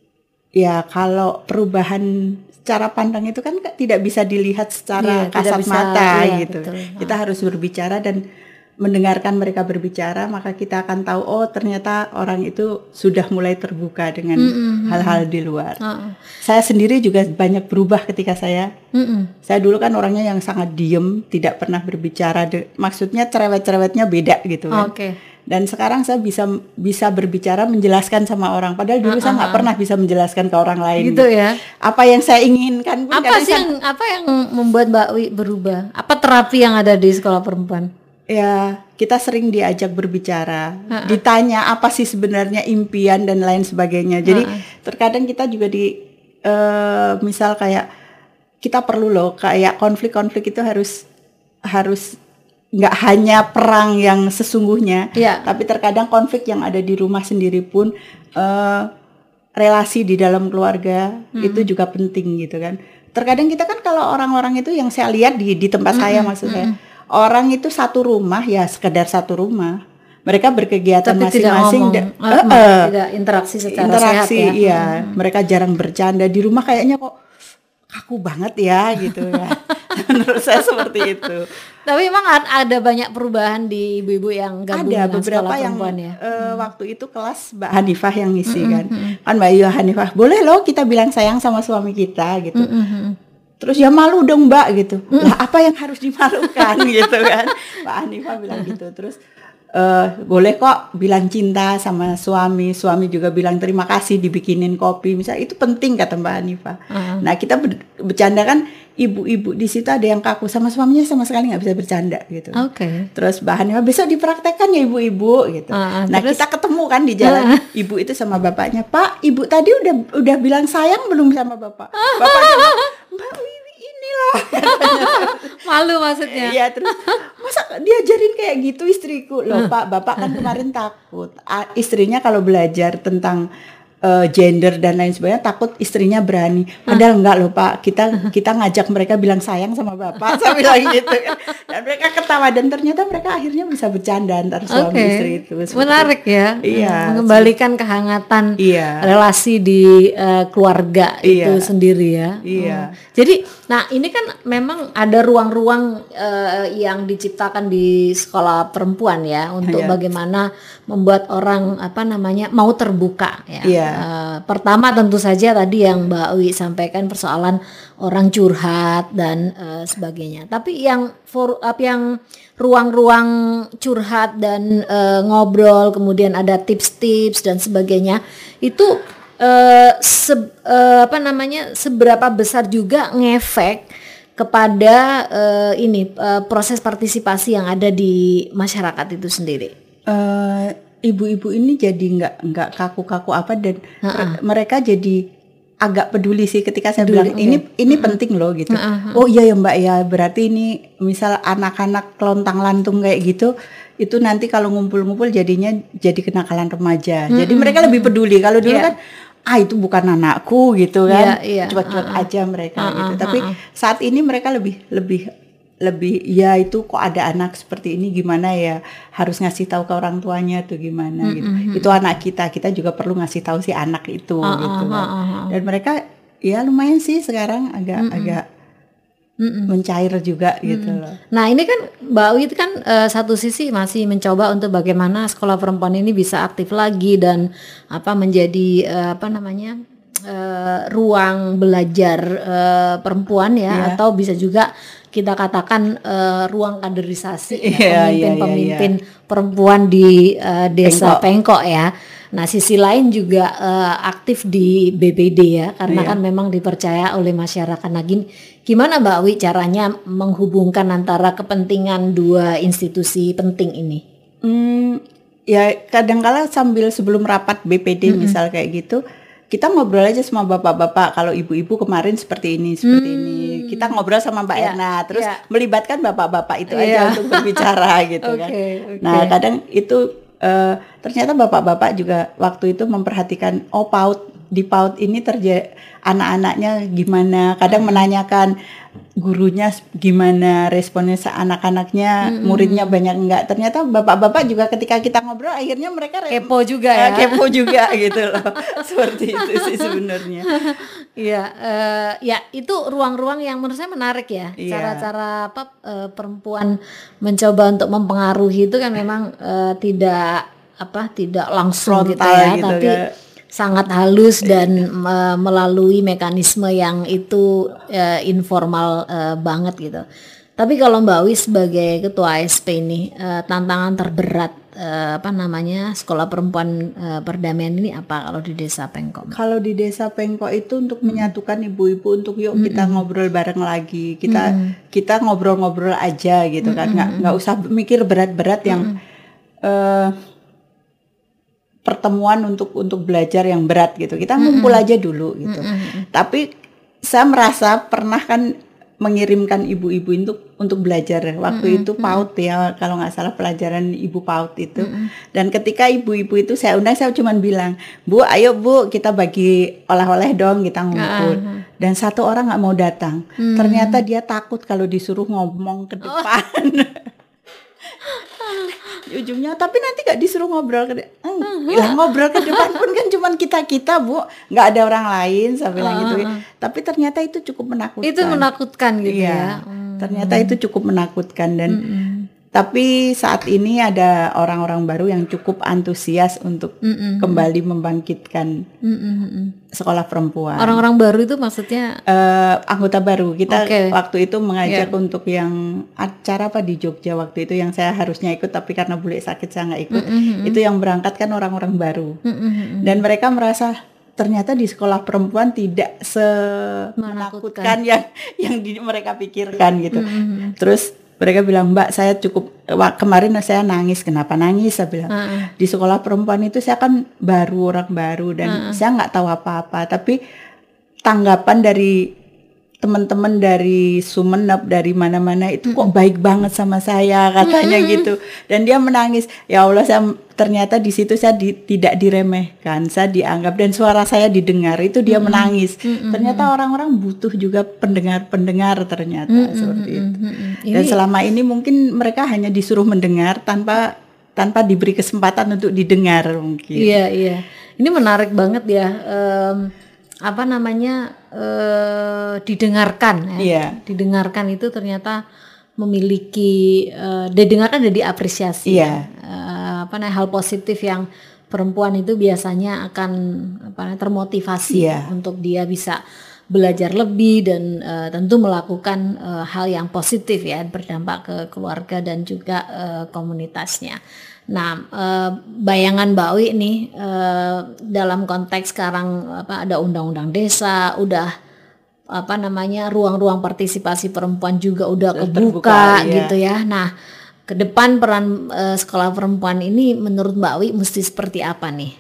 ya kalau perubahan cara pandang itu kan tidak bisa dilihat secara Iya, tidak kasat bisa, mata iya, gitu. betul. Kita harus berbicara dan mendengarkan mereka berbicara, maka kita akan tahu oh ternyata orang itu sudah mulai terbuka dengan hal-hal di luar. Uh-uh. Saya sendiri juga banyak berubah ketika saya Mm-mm. saya dulu kan orangnya yang sangat diem, tidak pernah berbicara, de- maksudnya cerewet-cerewetnya beda gitu kan. Oke. Dan sekarang saya bisa bisa berbicara menjelaskan sama orang, padahal dulu saya nggak pernah bisa menjelaskan ke orang lain. Gitu ya. Apa yang saya inginkan pun Apa kadang sih saya- yang apa yang membuat Mbak Wi berubah? Apa terapi yang ada di sekolah perempuan? ya kita sering diajak berbicara, ditanya apa sih sebenarnya impian dan lain sebagainya. Jadi terkadang kita juga di eh, misal kayak kita perlu loh kayak konflik-konflik itu harus harus nggak hanya perang yang sesungguhnya, Iya. tapi terkadang konflik yang ada di rumah sendiri pun eh, relasi di dalam keluarga Mm-mm. itu juga penting gitu kan. Terkadang kita kan kalau orang-orang itu yang saya lihat di di tempat Mm-mm. saya maksud saya, orang itu satu rumah ya sekedar satu rumah. Mereka berkegiatan Tapi tidak masing-masing, ngomong, da- eh, eh, eh, tidak interaksi secara interaksi, sehat ya. iya. Mereka jarang bercanda di rumah, kayaknya kok kaku banget ya gitu ya. Menurut saya seperti itu. Tapi emang ad- ada banyak perubahan di ibu-ibu yang gabung Ada dengan beberapa sekolah yang perempuan ya. eh, waktu itu kelas Mbak Hanifah yang ngisi kan. Kan Mbak Yu Hanifah, boleh loh kita bilang sayang sama suami kita gitu. Mm-mm. Terus ya malu dong Mbak gitu. Lah apa yang harus dimalukan gitu kan. Mbak Hanifah bilang gitu. Terus eh, boleh kok bilang cinta sama suami. Suami juga bilang terima kasih dibikinin kopi. Misalnya itu penting kata Mbak Hanifah. Uh-huh. Nah kita ber- bercanda kan, ibu-ibu di situ ada yang kaku sama suaminya sama sekali nggak bisa bercanda gitu. Oke. Terus Mbak Hanifah, besok dipraktekkan ya ibu-ibu gitu. Uh, uh, nah terus? kita ketemu kan di jalan, ibu itu sama bapaknya, Pak, ibu tadi udah udah bilang sayang belum sama bapak? Bapaknya bilang, Mbak Wiwi inilah. Malu maksudnya. Iya, terus masa diajarin kayak gitu istriku loh Pak, bapak kan kemarin takut A, istrinya kalau belajar tentang uh, gender dan lain sebagainya takut istrinya berani. Padahal enggak loh Pak, kita kita ngajak mereka bilang sayang sama bapak, saya bilang gitu kan. Dan mereka ketawa dan ternyata mereka akhirnya bisa bercanda antar suami Oke. istri itu. Seperti Menarik ya. Iya. Mengembalikan kehangatan Iya. relasi di uh, keluarga itu Iya. sendiri ya. Iya. Hmm. Jadi, nah ini kan memang ada ruang-ruang uh, yang diciptakan di sekolah perempuan ya untuk Iya. bagaimana membuat orang apa namanya mau terbuka ya. Iya. Uh, pertama tentu saja tadi yang Mbak Wi sampaikan persoalan orang curhat dan uh, sebagainya. Tapi yang for apa yang ruang-ruang curhat dan uh, ngobrol, kemudian ada tips-tips dan sebagainya itu uh, se- uh, apa namanya seberapa besar juga ngefek kepada uh, ini uh, proses partisipasi yang ada di masyarakat itu sendiri. Eh, ibu-ibu ini jadi nggak nggak kaku-kaku apa dan Ha-ha. mereka jadi agak peduli sih ketika saya Peduli, bilang ini oke. ini penting loh gitu. Ha-ha. Oh iya ya Mbak ya, berarti ini misal anak-anak kelontang lantung kayak gitu itu nanti kalau ngumpul-ngumpul jadinya jadi kenakalan remaja. Jadi mereka lebih peduli. Kalau dulu Iya. kan ah itu bukan anakku gitu kan. Iya, iya. Cuek-cuek Ha-ha. aja mereka Ha-ha, gitu. Tapi ha-ha. saat ini mereka lebih lebih lebih ya itu kok ada anak seperti ini gimana ya, harus ngasih tahu ke orang tuanya tuh gimana gitu. Itu anak kita, kita juga perlu ngasih tahu si anak itu Ah, gitu ah, kan. ah, ah. Dan mereka ya lumayan sih sekarang agak agak Mm-mm. mencair juga gitu loh. Nah ini kan Mbak Wi itu kan eh, satu sisi masih mencoba untuk bagaimana sekolah perempuan ini bisa aktif lagi dan apa menjadi eh, apa namanya eh, ruang belajar eh, perempuan ya, Iya. atau bisa juga kita katakan eh, ruang kaderisasi ya, Iya, iya, pemimpin-pemimpin perempuan di eh, desa Pengkok. Pengkok ya. Nah sisi lain juga eh, aktif di B P D ya, karena Iya. kan memang dipercaya oleh masyarakat. Nah gini, gimana Mbak Wi caranya menghubungkan antara kepentingan dua institusi penting ini? Hmm, ya kadang-kala sambil sebelum rapat B P D misal kayak gitu, kita ngobrol aja sama bapak-bapak. Kalau ibu-ibu kemarin seperti ini, seperti ini. Kita ngobrol sama Mbak Iya, Erna, terus iya. melibatkan bapak-bapak itu Iya. aja untuk berbicara gitu kan. Oke, oke. Nah kadang itu eh, ternyata bapak-bapak juga waktu itu memperhatikan, oh PAUD di PAUD ini terjadi anak-anaknya gimana. Kadang menanyakan gurunya gimana responnya anak-anaknya, muridnya banyak enggak. Ternyata bapak-bapak juga ketika kita ngobrol akhirnya mereka re- Kepo juga eh, ya. kepo juga gitu loh. Seperti itu sih sebenarnya. Iya, eh, ya itu ruang-ruang yang menurut saya menarik ya. Iya. Cara-cara apa eh, perempuan mencoba untuk mempengaruhi itu kan memang eh, tidak apa tidak langsung gitu Frontal ya, gitu tapi ya. sangat halus dan me- melalui mekanisme yang itu eh, informal eh, banget gitu. Tapi kalau Mbak Wi sebagai ketua A S P ini eh, tantangan terberat eh, apa namanya sekolah perempuan eh, perdamaian ini apa kalau di desa Pengkok? Kalau di desa Pengkok itu untuk menyatukan ibu-ibu untuk yuk kita ngobrol bareng lagi, kita kita ngobrol-ngobrol aja gitu kan, nggak nggak usah mikir berat-berat yang eh, pertemuan untuk untuk belajar yang berat gitu, kita ngumpul aja dulu gitu. Tapi saya merasa pernah kan mengirimkan ibu-ibu untuk untuk belajar waktu Mm-mm, itu PAUD ya kalau nggak salah pelajaran ibu PAUD itu. Mm-mm. Dan ketika ibu-ibu itu saya undang, saya cuma bilang, Bu ayo Bu kita bagi oleh-oleh dong, kita ngumpul. Uh-huh. Dan satu orang nggak mau datang. Hmm. Ternyata dia takut kalau disuruh ngomong ke depan. Oh. Di ujungnya tapi nanti nggak disuruh ngobrol ke depan. Hmm, lah ngobrol ke depan pun kan cuma kita-kita Bu, nggak ada orang lain, saya bilang Uh-huh. gitu. Tapi ternyata itu cukup menakutkan. Itu menakutkan gitu Iya, ya. Hmm. Ternyata itu cukup menakutkan dan Mm-mm. tapi saat ini ada orang-orang baru yang cukup antusias untuk Mm-mm. kembali membangkitkan Mm-mm. sekolah perempuan. Orang-orang baru itu maksudnya Eh, anggota baru kita Oke. waktu itu mengajak Yeah. untuk yang acara apa di Jogja waktu itu yang saya harusnya ikut tapi karena bule sakit saya nggak ikut. Mm-mm. Itu yang berangkat kan orang-orang baru Mm-mm. dan mereka merasa ternyata di sekolah perempuan tidak Menakutkan. semenakutkan yang yang di, mereka pikirkan gitu. Mm-mm. Terus mereka bilang, Mbak saya cukup wah, kemarin saya nangis. Kenapa nangis? Saya bilang Uh-uh. di sekolah perempuan itu saya kan baru orang baru dan Uh-uh. saya nggak tahu apa-apa. Tapi tanggapan dari teman-teman dari Sumeneb dari mana-mana itu kok baik banget sama saya katanya gitu. Dan dia menangis. Ya Allah, saya ternyata di situ saya di, tidak diremehkan, saya dianggap dan suara saya didengar. Itu dia menangis. Ternyata orang-orang butuh juga pendengar-pendengar ternyata seperti itu. Ini Dan selama ini mungkin mereka hanya disuruh mendengar tanpa tanpa diberi kesempatan untuk didengar mungkin. iya iya. Ini menarik banget ya. Em, apa namanya eh, didengarkan ya. Iya. Didengarkan itu ternyata memiliki eh, didengarkan dan diapresiasi. Iya. Eh, apa namanya hal positif yang perempuan itu biasanya akan apa namanya termotivasi Iya. untuk dia bisa belajar lebih dan eh, tentu melakukan eh, hal yang positif ya berdampak ke keluarga dan juga eh, komunitasnya. Nah, eh, bayangan Mbak Wi nih eh, dalam konteks sekarang apa ada undang-undang desa, udah apa namanya ruang-ruang partisipasi perempuan juga udah Terbuka, kebuka iya. gitu ya. Nah, ke depan peran eh, sekolah perempuan ini menurut Mbak Wi mesti seperti apa nih?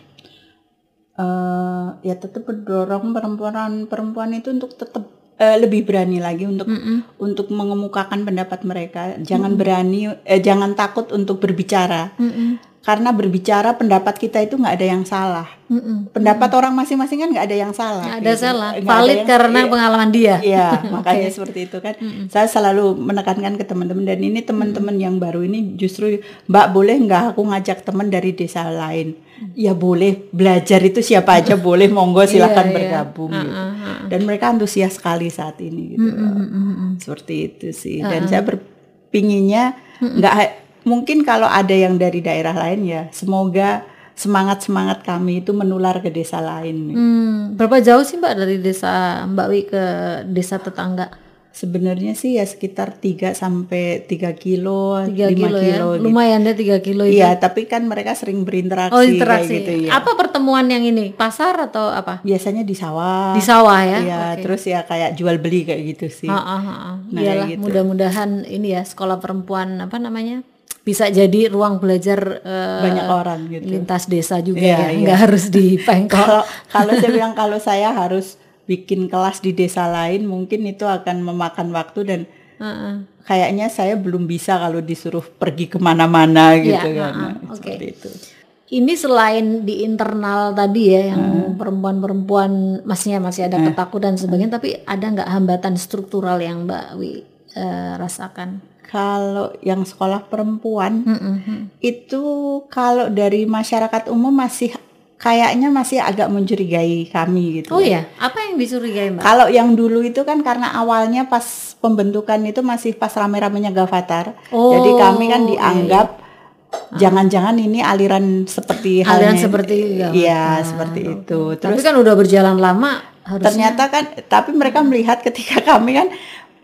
Eh, ya tetap mendorong perempuan-perempuan itu untuk tetap eh, lebih berani lagi untuk untuk mengemukakan pendapat mereka. Jangan berani, eh, jangan takut untuk berbicara. Karena berbicara pendapat kita itu nggak ada yang salah. Mm-mm. Pendapat orang masing-masing kan nggak ada yang salah. Nggak ada gitu. salah, Nggak ada valid yang- karena iya. pengalaman dia. Iya, makanya seperti itu kan. Saya selalu menekankan ke teman-teman dan ini teman-teman yang baru ini justru, Mbak boleh nggak aku ngajak teman dari desa lain? Ya boleh, belajar itu siapa aja boleh, monggo silakan Iya, iya. bergabung gitu. Uh-uh, uh-uh. Dan mereka antusias sekali saat ini gitu. Mm-mm, mm-mm. Seperti itu sih. Dan saya berpinginnya nggak mungkin kalau ada yang dari daerah lain ya, semoga semangat-semangat kami itu menular ke desa lain. Hmm, berapa jauh sih Mbak dari desa Mbak Wi ke desa tetangga? Sebenarnya sih ya sekitar tiga sampai tiga kilo, tiga lima kilo, kilo, ya. gitu. Lumayan deh tiga kilo itu. Iya, tapi kan mereka sering berinteraksi Oh, interaksi. kayak gitu ya. Apa pertemuan yang ini? Pasar atau apa? Biasanya di sawah. Di sawah ya. Iya, Oke. terus ya kayak jual beli kayak gitu sih. Ah, ah, ah, ah. Nah, Iyalah, kayak gitu. mudah-mudahan ini ya sekolah perempuan apa namanya bisa jadi ruang belajar eh, Banyak orang gitu. lintas desa juga Iya, ya, iya. nggak harus di Pengkol. Kalau kalau saya bilang kalau saya harus bikin kelas di desa lain mungkin itu akan memakan waktu dan Heeh. kayaknya saya belum bisa kalau disuruh pergi kemana-mana gitu Iya, kan. uh-uh, Nah, oke. seperti itu. Ini selain di internal tadi ya yang perempuan-perempuan masih masih ada ketakutan dan sebagainya, tapi ada nggak hambatan struktural yang Mbak Wi eh, rasakan? Kalau yang sekolah perempuan Mm-mm. itu kalau dari masyarakat umum masih kayaknya masih agak mencurigai kami gitu. Oh ya, apa yang dicurigai Mbak? Kalau yang dulu itu kan karena awalnya pas pembentukan itu masih pas rame-ramenya Gavatar. Oh, Jadi kami kan iya, dianggap jangan-jangan ini aliran seperti Aliran halnya seperti Gavatar. Iya, seperti itu. Tapi Terus kan udah berjalan lama harusnya. ternyata kan tapi mereka melihat ketika kami kan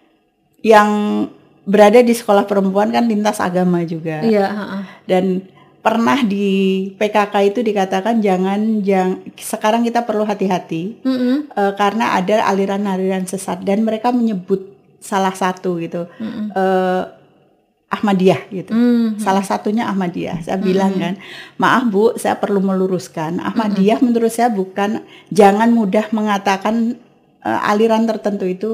yang berada di sekolah perempuan kan lintas agama juga. Iya, heeh. Dan pernah di P K K itu dikatakan jangan jangan sekarang kita perlu hati-hati Mm-mm. eh, karena ada aliran-aliran sesat dan mereka menyebut salah satu gitu eh, Ahmadiyah gitu. Mm. Salah satunya Ahmadiyah. Saya bilang kan, maaf Bu, saya perlu meluruskan. Ahmadiyah menurut saya bukan jangan mudah mengatakan eh, aliran tertentu itu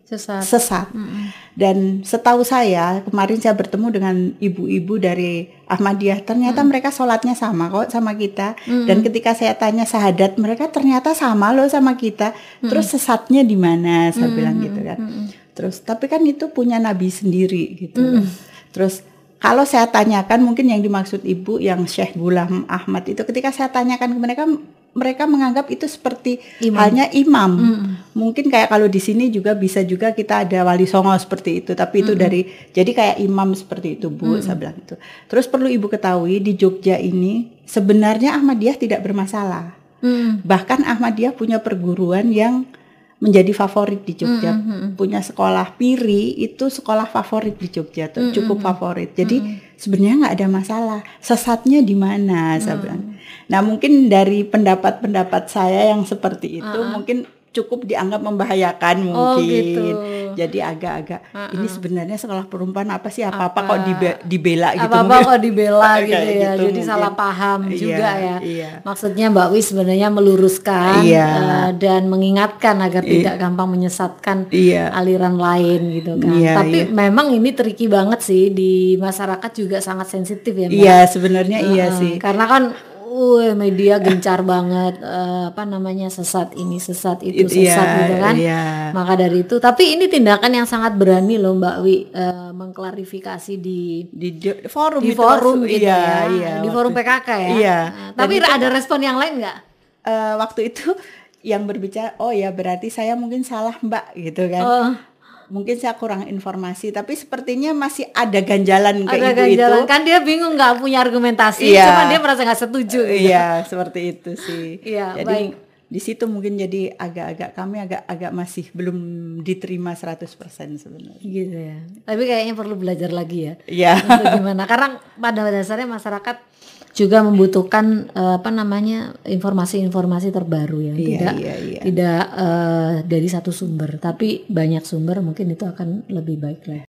sesat. sesat. Mm-hmm. Dan setahu saya kemarin saya bertemu dengan ibu-ibu dari Ahmadiyah, ternyata mm-hmm. mereka sholatnya sama kok sama kita. Mm-hmm. Dan ketika saya tanya syahadat, mereka ternyata sama loh sama kita. Mm-hmm. Terus sesatnya di mana? Saya mm-hmm. bilang gitu kan. Mm-hmm. Terus tapi kan itu punya Nabi sendiri gitu. Mm-hmm. Terus kalau saya tanyakan, mungkin yang dimaksud ibu yang Syekh Ghulam Ahmad itu, ketika saya tanyakan ke mereka, mereka menganggap itu seperti imam. Halnya imam. Mm. Mungkin kayak kalau di sini juga bisa juga kita ada wali songo seperti itu, tapi itu mm. dari jadi kayak imam seperti itu, Bu. Mm. Saya bilang itu. Terus perlu ibu ketahui di Jogja ini sebenarnya Ahmadiyah tidak bermasalah. Mm. Bahkan Ahmadiyah punya perguruan yang menjadi favorit di Jogja. Mm-hmm. Punya sekolah Piri itu sekolah favorit di Jogja tuh, mm-hmm. cukup favorit. Jadi mm-hmm. sebenarnya nggak ada masalah. Sesatnya di mana? Mm. Saya bilang. Nah mungkin dari pendapat-pendapat saya yang seperti itu uh-huh. mungkin cukup dianggap membahayakan mungkin. Oh, gitu. Jadi agak-agak uh-uh. ini sebenarnya sekolah perempuan apa sih, apa-apa apa, kok dibe- dibela gitu. Apa-apa kok dibela gitu ya. Gitu, jadi mungkin. Salah paham iya, juga ya. Iya. Maksudnya Mbak Wi sebenarnya meluruskan iya. uh, dan mengingatkan agar iya. tidak gampang menyesatkan iya. aliran lain gitu kan. Iya, Tapi iya. memang ini tricky banget sih, di masyarakat juga sangat sensitif ya Mbak. Iya, sebenarnya uh, iya sih. Karena kan Uh, media gencar banget uh, apa namanya sesat ini sesat itu It, sesat yeah, gitu kan yeah. Maka dari itu, tapi ini tindakan yang sangat berani loh Mbak Wi, uh, mengklarifikasi di di, di forum di itu forum masuk, gitu iya, ya iya, di forum P K K ya iya. uh, tapi itu, ada respon yang lain nggak? Uh, waktu itu yang berbicara, oh ya berarti saya mungkin salah Mbak gitu kan. Oh. Mungkin saya kurang informasi, tapi sepertinya masih ada ganjalan ke ada ibu ganjalan. itu. Kan dia bingung, nggak punya argumentasi, iya. cuma dia merasa nggak setuju. Gitu. Iya, seperti itu sih. Iya, jadi baik. Di situ mungkin jadi agak-agak kami agak-agak masih belum diterima seratus persen sebenarnya. Gitu ya. Tapi kayaknya perlu belajar lagi ya. Iya. Untuk gimana? Karena pada dasarnya masyarakat juga membutuhkan uh, apa namanya informasi-informasi terbaru ya, iya, tidak iya, iya. tidak uh, dari satu sumber, tapi banyak sumber, mungkin itu akan lebih baik lah.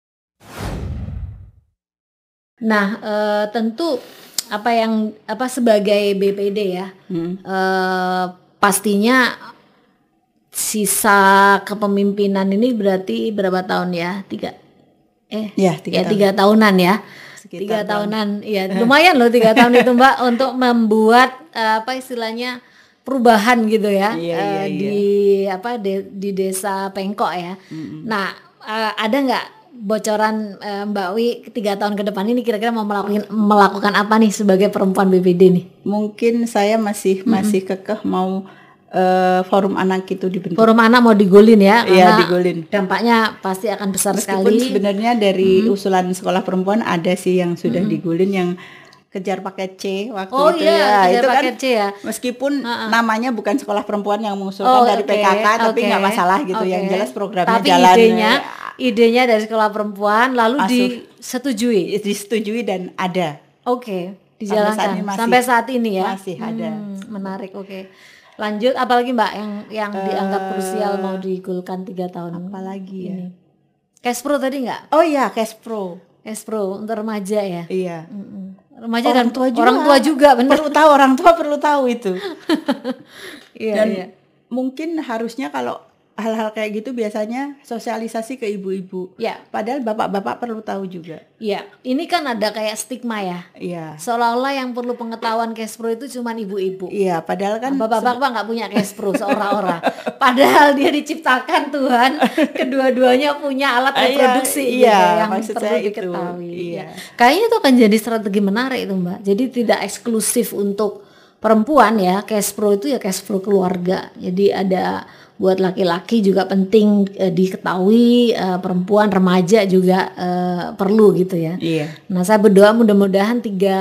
Nah uh, tentu apa yang apa sebagai B P D ya, hmm. uh, pastinya sisa kepemimpinan ini berarti berapa tahun ya? Tiga eh ya tiga, ya, tiga tahunan ya. Tiga tahunan, ya lumayan loh tiga tahun itu Mbak untuk membuat uh, apa istilahnya perubahan gitu ya iya, uh, iya, di iya. apa de, di desa Pengkok ya. Mm-hmm. Nah uh, ada nggak bocoran uh, Mbak Wi tiga tahun ke depan ini kira-kira mau melakukan melakukan apa nih sebagai perempuan B P D nih? Mungkin saya masih mm-hmm. masih kekeh mau Uh, forum anak itu dibentuk. Forum anak mau digolin ya? Iya, digolin. Dampaknya pasti akan besar Meskipun sekali. Sebenarnya dari hmm. usulan sekolah perempuan ada sih yang sudah hmm. digolin, yang kejar paket C waktu oh, itu iya, ya. Itu kan C ya. Meskipun uh-uh. namanya bukan sekolah perempuan yang mengusulkan oh, dari okay, P K K, okay, tapi nggak masalah gitu. Okay. Yang jelas programnya tapi jalan. Tapi idenya, idenya dari sekolah perempuan lalu Masuk, disetujui, disetujui dan ada. Oke, okay, dijalankan sampai, sampai saat ini ya. Masih ada. Hmm, menarik, oke. Okay. Lanjut, apalagi Mbak yang yang uh, dianggap krusial mau digulkan tiga tahun? Apalagi ini. ya? Cashpro tadi nggak? Oh iya, Cashpro. Cashpro untuk remaja ya? Iya. Mm-mm. Remaja orang dan tua juga. Orang tua juga, benar. Perlu tahu, orang tua perlu tahu itu. Iya, dan iya. Mungkin harusnya kalau hal-hal kayak gitu biasanya sosialisasi ke ibu-ibu. Ya. Padahal bapak-bapak perlu tahu juga. Iya. Ini kan ada kayak stigma ya. Iya. Seolah-olah yang perlu pengetahuan Cashpro itu cuma ibu-ibu. Iya. Padahal kan bapak-bapak nggak punya Cashpro seorang-orang. Padahal dia diciptakan Tuhan, kedua-duanya punya alat reproduksi. Iya. Iya. Gitu, yang Maksud perlu saya diketahui. Itu. Iya. Ya. Kayaknya itu akan jadi strategi menarik itu Mbak. Jadi tidak eksklusif untuk perempuan ya. Cashpro itu ya Cashpro keluarga. Jadi ada buat laki-laki juga penting eh, diketahui, eh, perempuan remaja juga eh, perlu gitu ya. Iya. Nah saya berdoa mudah-mudahan tiga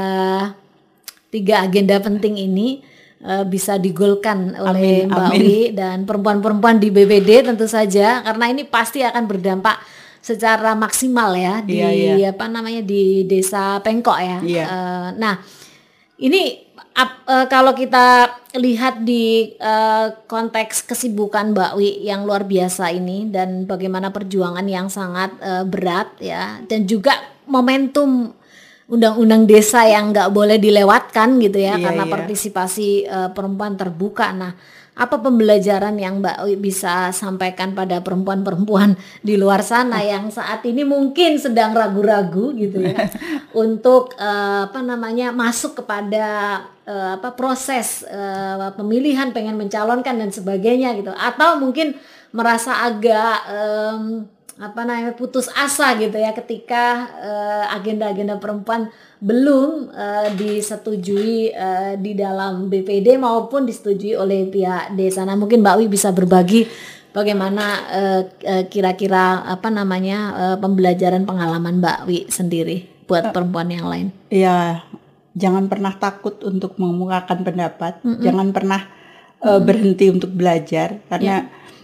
tiga agenda penting ini eh, bisa digolkan oleh amin, Mbak amin. Wi dan perempuan-perempuan di B P D tentu saja, karena ini pasti akan berdampak secara maksimal ya di iya, iya. apa namanya di desa Pengkok ya. Iya. Eh, nah ini Ap, uh, kalau kita lihat di uh, konteks kesibukan Mbak Wi yang luar biasa ini dan bagaimana perjuangan yang sangat uh, berat ya, dan juga momentum undang-undang desa yang nggak boleh dilewatkan gitu ya, iya, karena iya. partisipasi uh, perempuan terbuka. Nah, apa pembelajaran yang Mbak Wi bisa sampaikan pada perempuan-perempuan di luar sana yang saat ini mungkin sedang ragu-ragu gitu ya untuk uh, apa namanya masuk kepada uh, apa proses uh, pemilihan, pengen mencalonkan dan sebagainya gitu, atau mungkin merasa agak um, apa namanya putus asa gitu ya ketika uh, agenda-agenda perempuan belum uh, disetujui uh, di dalam B P D maupun disetujui oleh pihak desa. Nah, mungkin Mbak Wi bisa berbagi bagaimana uh, uh, kira-kira apa namanya uh, pembelajaran pengalaman Mbak Wi sendiri buat perempuan yang lain. Iya, jangan pernah takut untuk mengemukakan pendapat, mm-mm. jangan pernah uh, berhenti untuk belajar karena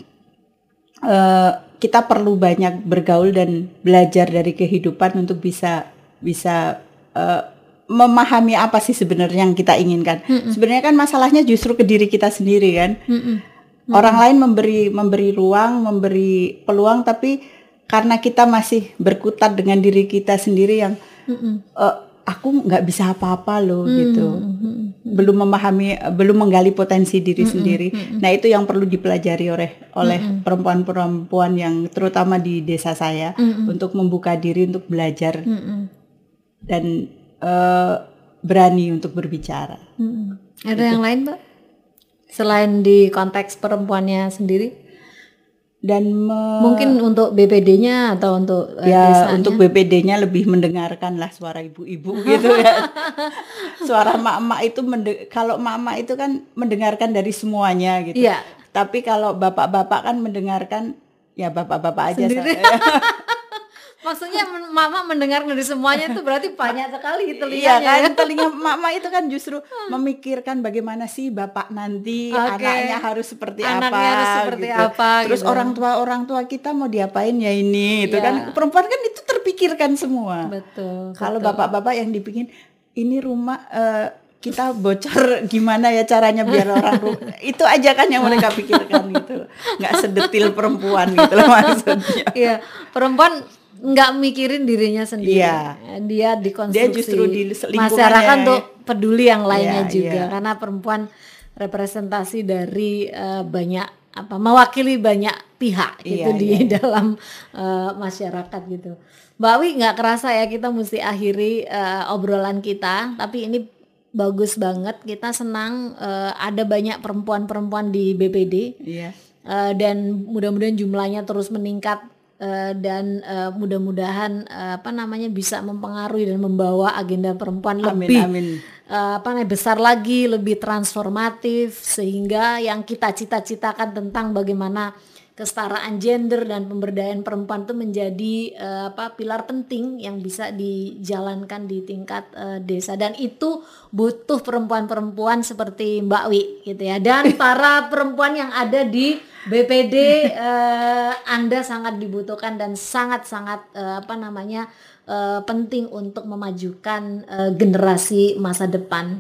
yeah. uh, kita perlu banyak bergaul dan belajar dari kehidupan untuk bisa bisa uh, memahami apa sih sebenarnya yang kita inginkan. Mm-mm. Sebenarnya kan masalahnya justru ke diri kita sendiri kan. Mm-mm. Mm-mm. Orang lain memberi memberi ruang, memberi peluang, tapi karena kita masih berkutat dengan diri kita sendiri yang uh, aku nggak bisa apa-apa loh mm-hmm. gitu. Belum memahami, belum menggali potensi diri mm-hmm. sendiri. Mm-hmm. Nah, itu yang perlu dipelajari oleh oleh mm-hmm. perempuan-perempuan yang terutama di desa saya mm-hmm. untuk membuka diri untuk belajar mm-hmm. dan uh, berani untuk berbicara. Mm-hmm. Ada gitu. Yang lain, Mbak? Selain di konteks perempuannya sendiri? Dan me- mungkin untuk B P D-nya atau untuk uh, ya desanya? Untuk B P D-nya lebih mendengarkan lah suara ibu-ibu gitu ya. Suara mak-mak itu mende- kalau mak-mak itu kan mendengarkan dari semuanya gitu. Iya. Tapi kalau bapak-bapak kan mendengarkan ya bapak-bapak aja sendiri. Saya. Maksudnya mama mendengar dari semuanya itu berarti banyak sekali telinganya. Iya kan, ya? Telinga mama itu kan justru memikirkan bagaimana sih bapak nanti, okay. anaknya harus seperti anaknya apa, harus seperti gitu. apa. Terus gitu. orang tua orang tua kita mau diapain ya ini, itu ya. Kan perempuan kan itu terpikirkan semua. Betul. Kalau bapak-bapak yang dipikir ini rumah uh, kita bocor gimana ya caranya biar orang rumah, itu aja kan yang mereka pikirkan gitu, nggak sedetil perempuan gitu loh maksudnya. Iya, perempuan nggak mikirin dirinya sendiri, iya. Dia dikonstruksi dia justru di masyarakat untuk peduli yang lainnya iya, juga iya. Karena perempuan representasi dari uh, banyak apa mewakili banyak pihak gitu iya, di iya. dalam uh, masyarakat gitu. Mbak Wi, nggak kerasa ya kita mesti akhiri uh, obrolan kita, tapi ini bagus banget, kita senang uh, ada banyak perempuan-perempuan di B P D iya. uh, dan mudah-mudahan jumlahnya terus meningkat. Uh, dan uh, mudah-mudahan uh, apa namanya bisa mempengaruhi dan membawa agenda perempuan amin, lebih amin. Uh, apa namanya besar lagi, lebih transformatif sehingga yang kita cita-citakan tentang bagaimana kesetaraan gender dan pemberdayaan perempuan itu menjadi uh, apa pilar penting yang bisa dijalankan di tingkat uh, desa, dan itu butuh perempuan-perempuan seperti Mbak Wi gitu ya, dan para perempuan yang ada di B P D uh, Anda sangat dibutuhkan dan sangat-sangat uh, apa namanya uh, penting untuk memajukan uh, generasi masa depan.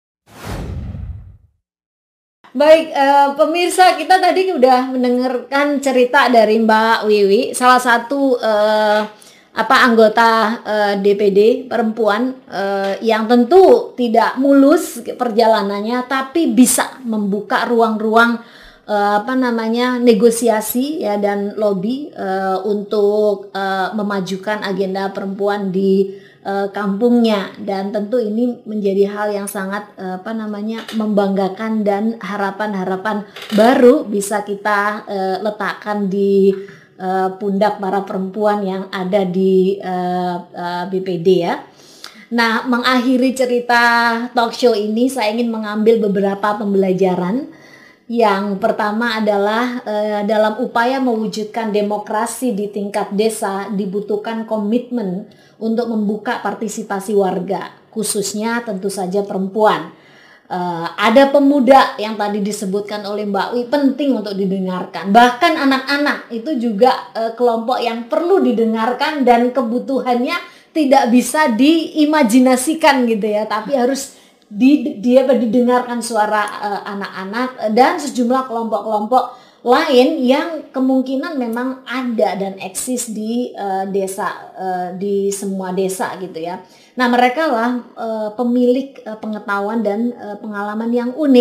Baik, uh, pemirsa, kita tadi udah mendengarkan cerita dari Mbak Wiwi, salah satu uh, apa anggota uh, D P D perempuan uh, yang tentu tidak mulus perjalanannya, tapi bisa membuka ruang-ruang uh, apa namanya negosiasi ya dan lobby uh, untuk uh, memajukan agenda perempuan di Uh, kampungnya, dan tentu ini menjadi hal yang sangat uh, apa namanya membanggakan dan harapan-harapan baru bisa kita uh, letakkan di uh, pundak para perempuan yang ada di uh, uh, B P D ya. Nah, mengakhiri cerita talk show ini saya ingin mengambil beberapa pembelajaran. Yang pertama adalah uh, dalam upaya mewujudkan demokrasi di tingkat desa dibutuhkan komitmen untuk membuka partisipasi warga, khususnya tentu saja perempuan. Uh, ada pemuda yang tadi disebutkan oleh Mbak Wi, penting untuk didengarkan. Bahkan anak-anak itu juga uh, kelompok yang perlu didengarkan dan kebutuhannya tidak bisa diimajinasikan gitu ya, tapi harus di, dia didengarkan suara uh, anak-anak dan sejumlah kelompok-kelompok lain yang kemungkinan memang ada dan eksis di uh, desa, uh, di semua desa gitu ya. Nah, mereka lah uh, pemilik uh, pengetahuan dan uh, pengalaman yang unik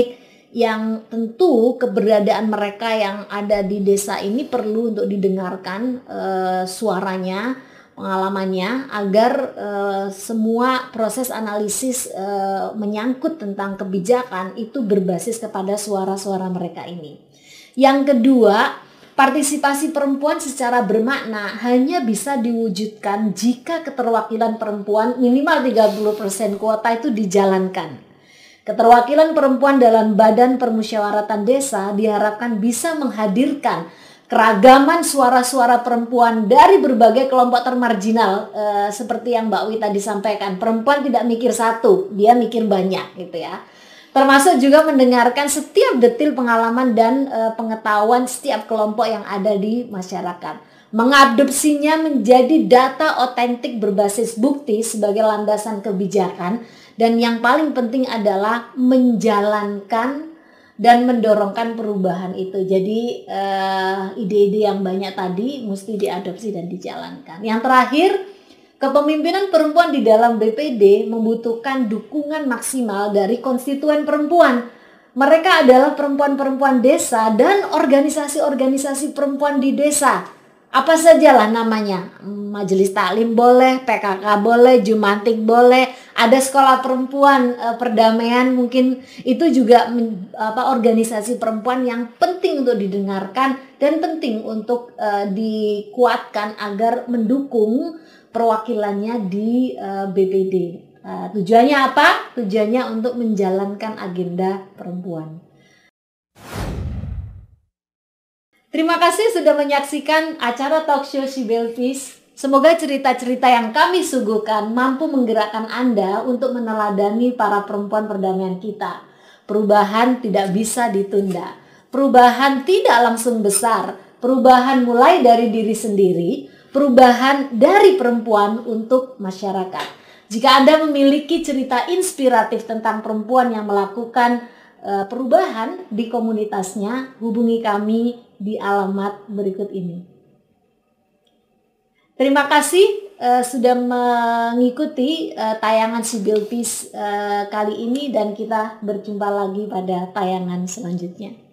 yang tentu keberadaan mereka yang ada di desa ini perlu untuk didengarkan uh, suaranya, pengalamannya, agar uh, semua proses analisis uh, menyangkut tentang kebijakan itu berbasis kepada suara-suara mereka ini. Yang kedua, partisipasi perempuan secara bermakna hanya bisa diwujudkan jika keterwakilan perempuan minimal tiga puluh persen kuota itu dijalankan. Keterwakilan perempuan dalam badan permusyawaratan desa diharapkan bisa menghadirkan keragaman suara-suara perempuan dari berbagai kelompok termarginal, eh, seperti yang Mbak Wi tadi sampaikan. Perempuan tidak mikir satu, dia mikir banyak gitu ya. Termasuk juga mendengarkan setiap detil pengalaman dan eh, pengetahuan setiap kelompok yang ada di masyarakat. Mengadopsinya menjadi data otentik berbasis bukti sebagai landasan kebijakan. Dan yang paling penting adalah menjalankan dan mendorongkan perubahan itu. Jadi uh, ide-ide yang banyak tadi mesti diadopsi dan dijalankan. Yang terakhir, kepemimpinan perempuan di dalam B P D membutuhkan dukungan maksimal dari konstituen perempuan. Mereka adalah perempuan-perempuan desa dan organisasi-organisasi perempuan di desa. Apa sajalah namanya, majelis taklim boleh, P K K boleh, Jumantik boleh, ada sekolah perempuan e, perdamaian mungkin, itu juga men, apa, organisasi perempuan yang penting untuk didengarkan dan penting untuk e, dikuatkan agar mendukung perwakilannya di e, B P D. E, tujuannya apa? Tujuannya untuk menjalankan agenda perempuan. Terima kasih sudah menyaksikan acara talkshow Sibelvis. Semoga cerita-cerita yang kami suguhkan mampu menggerakkan Anda untuk meneladani para perempuan perdamaian kita. Perubahan tidak bisa ditunda. Perubahan tidak langsung besar. Perubahan mulai dari diri sendiri. Perubahan dari perempuan untuk masyarakat. Jika Anda memiliki cerita inspiratif tentang perempuan yang melakukan uh, perubahan di komunitasnya, hubungi kami di alamat berikut ini. Terima kasih uh, sudah mengikuti uh, tayangan Sibelvis uh, kali ini, dan kita berjumpa lagi pada tayangan selanjutnya.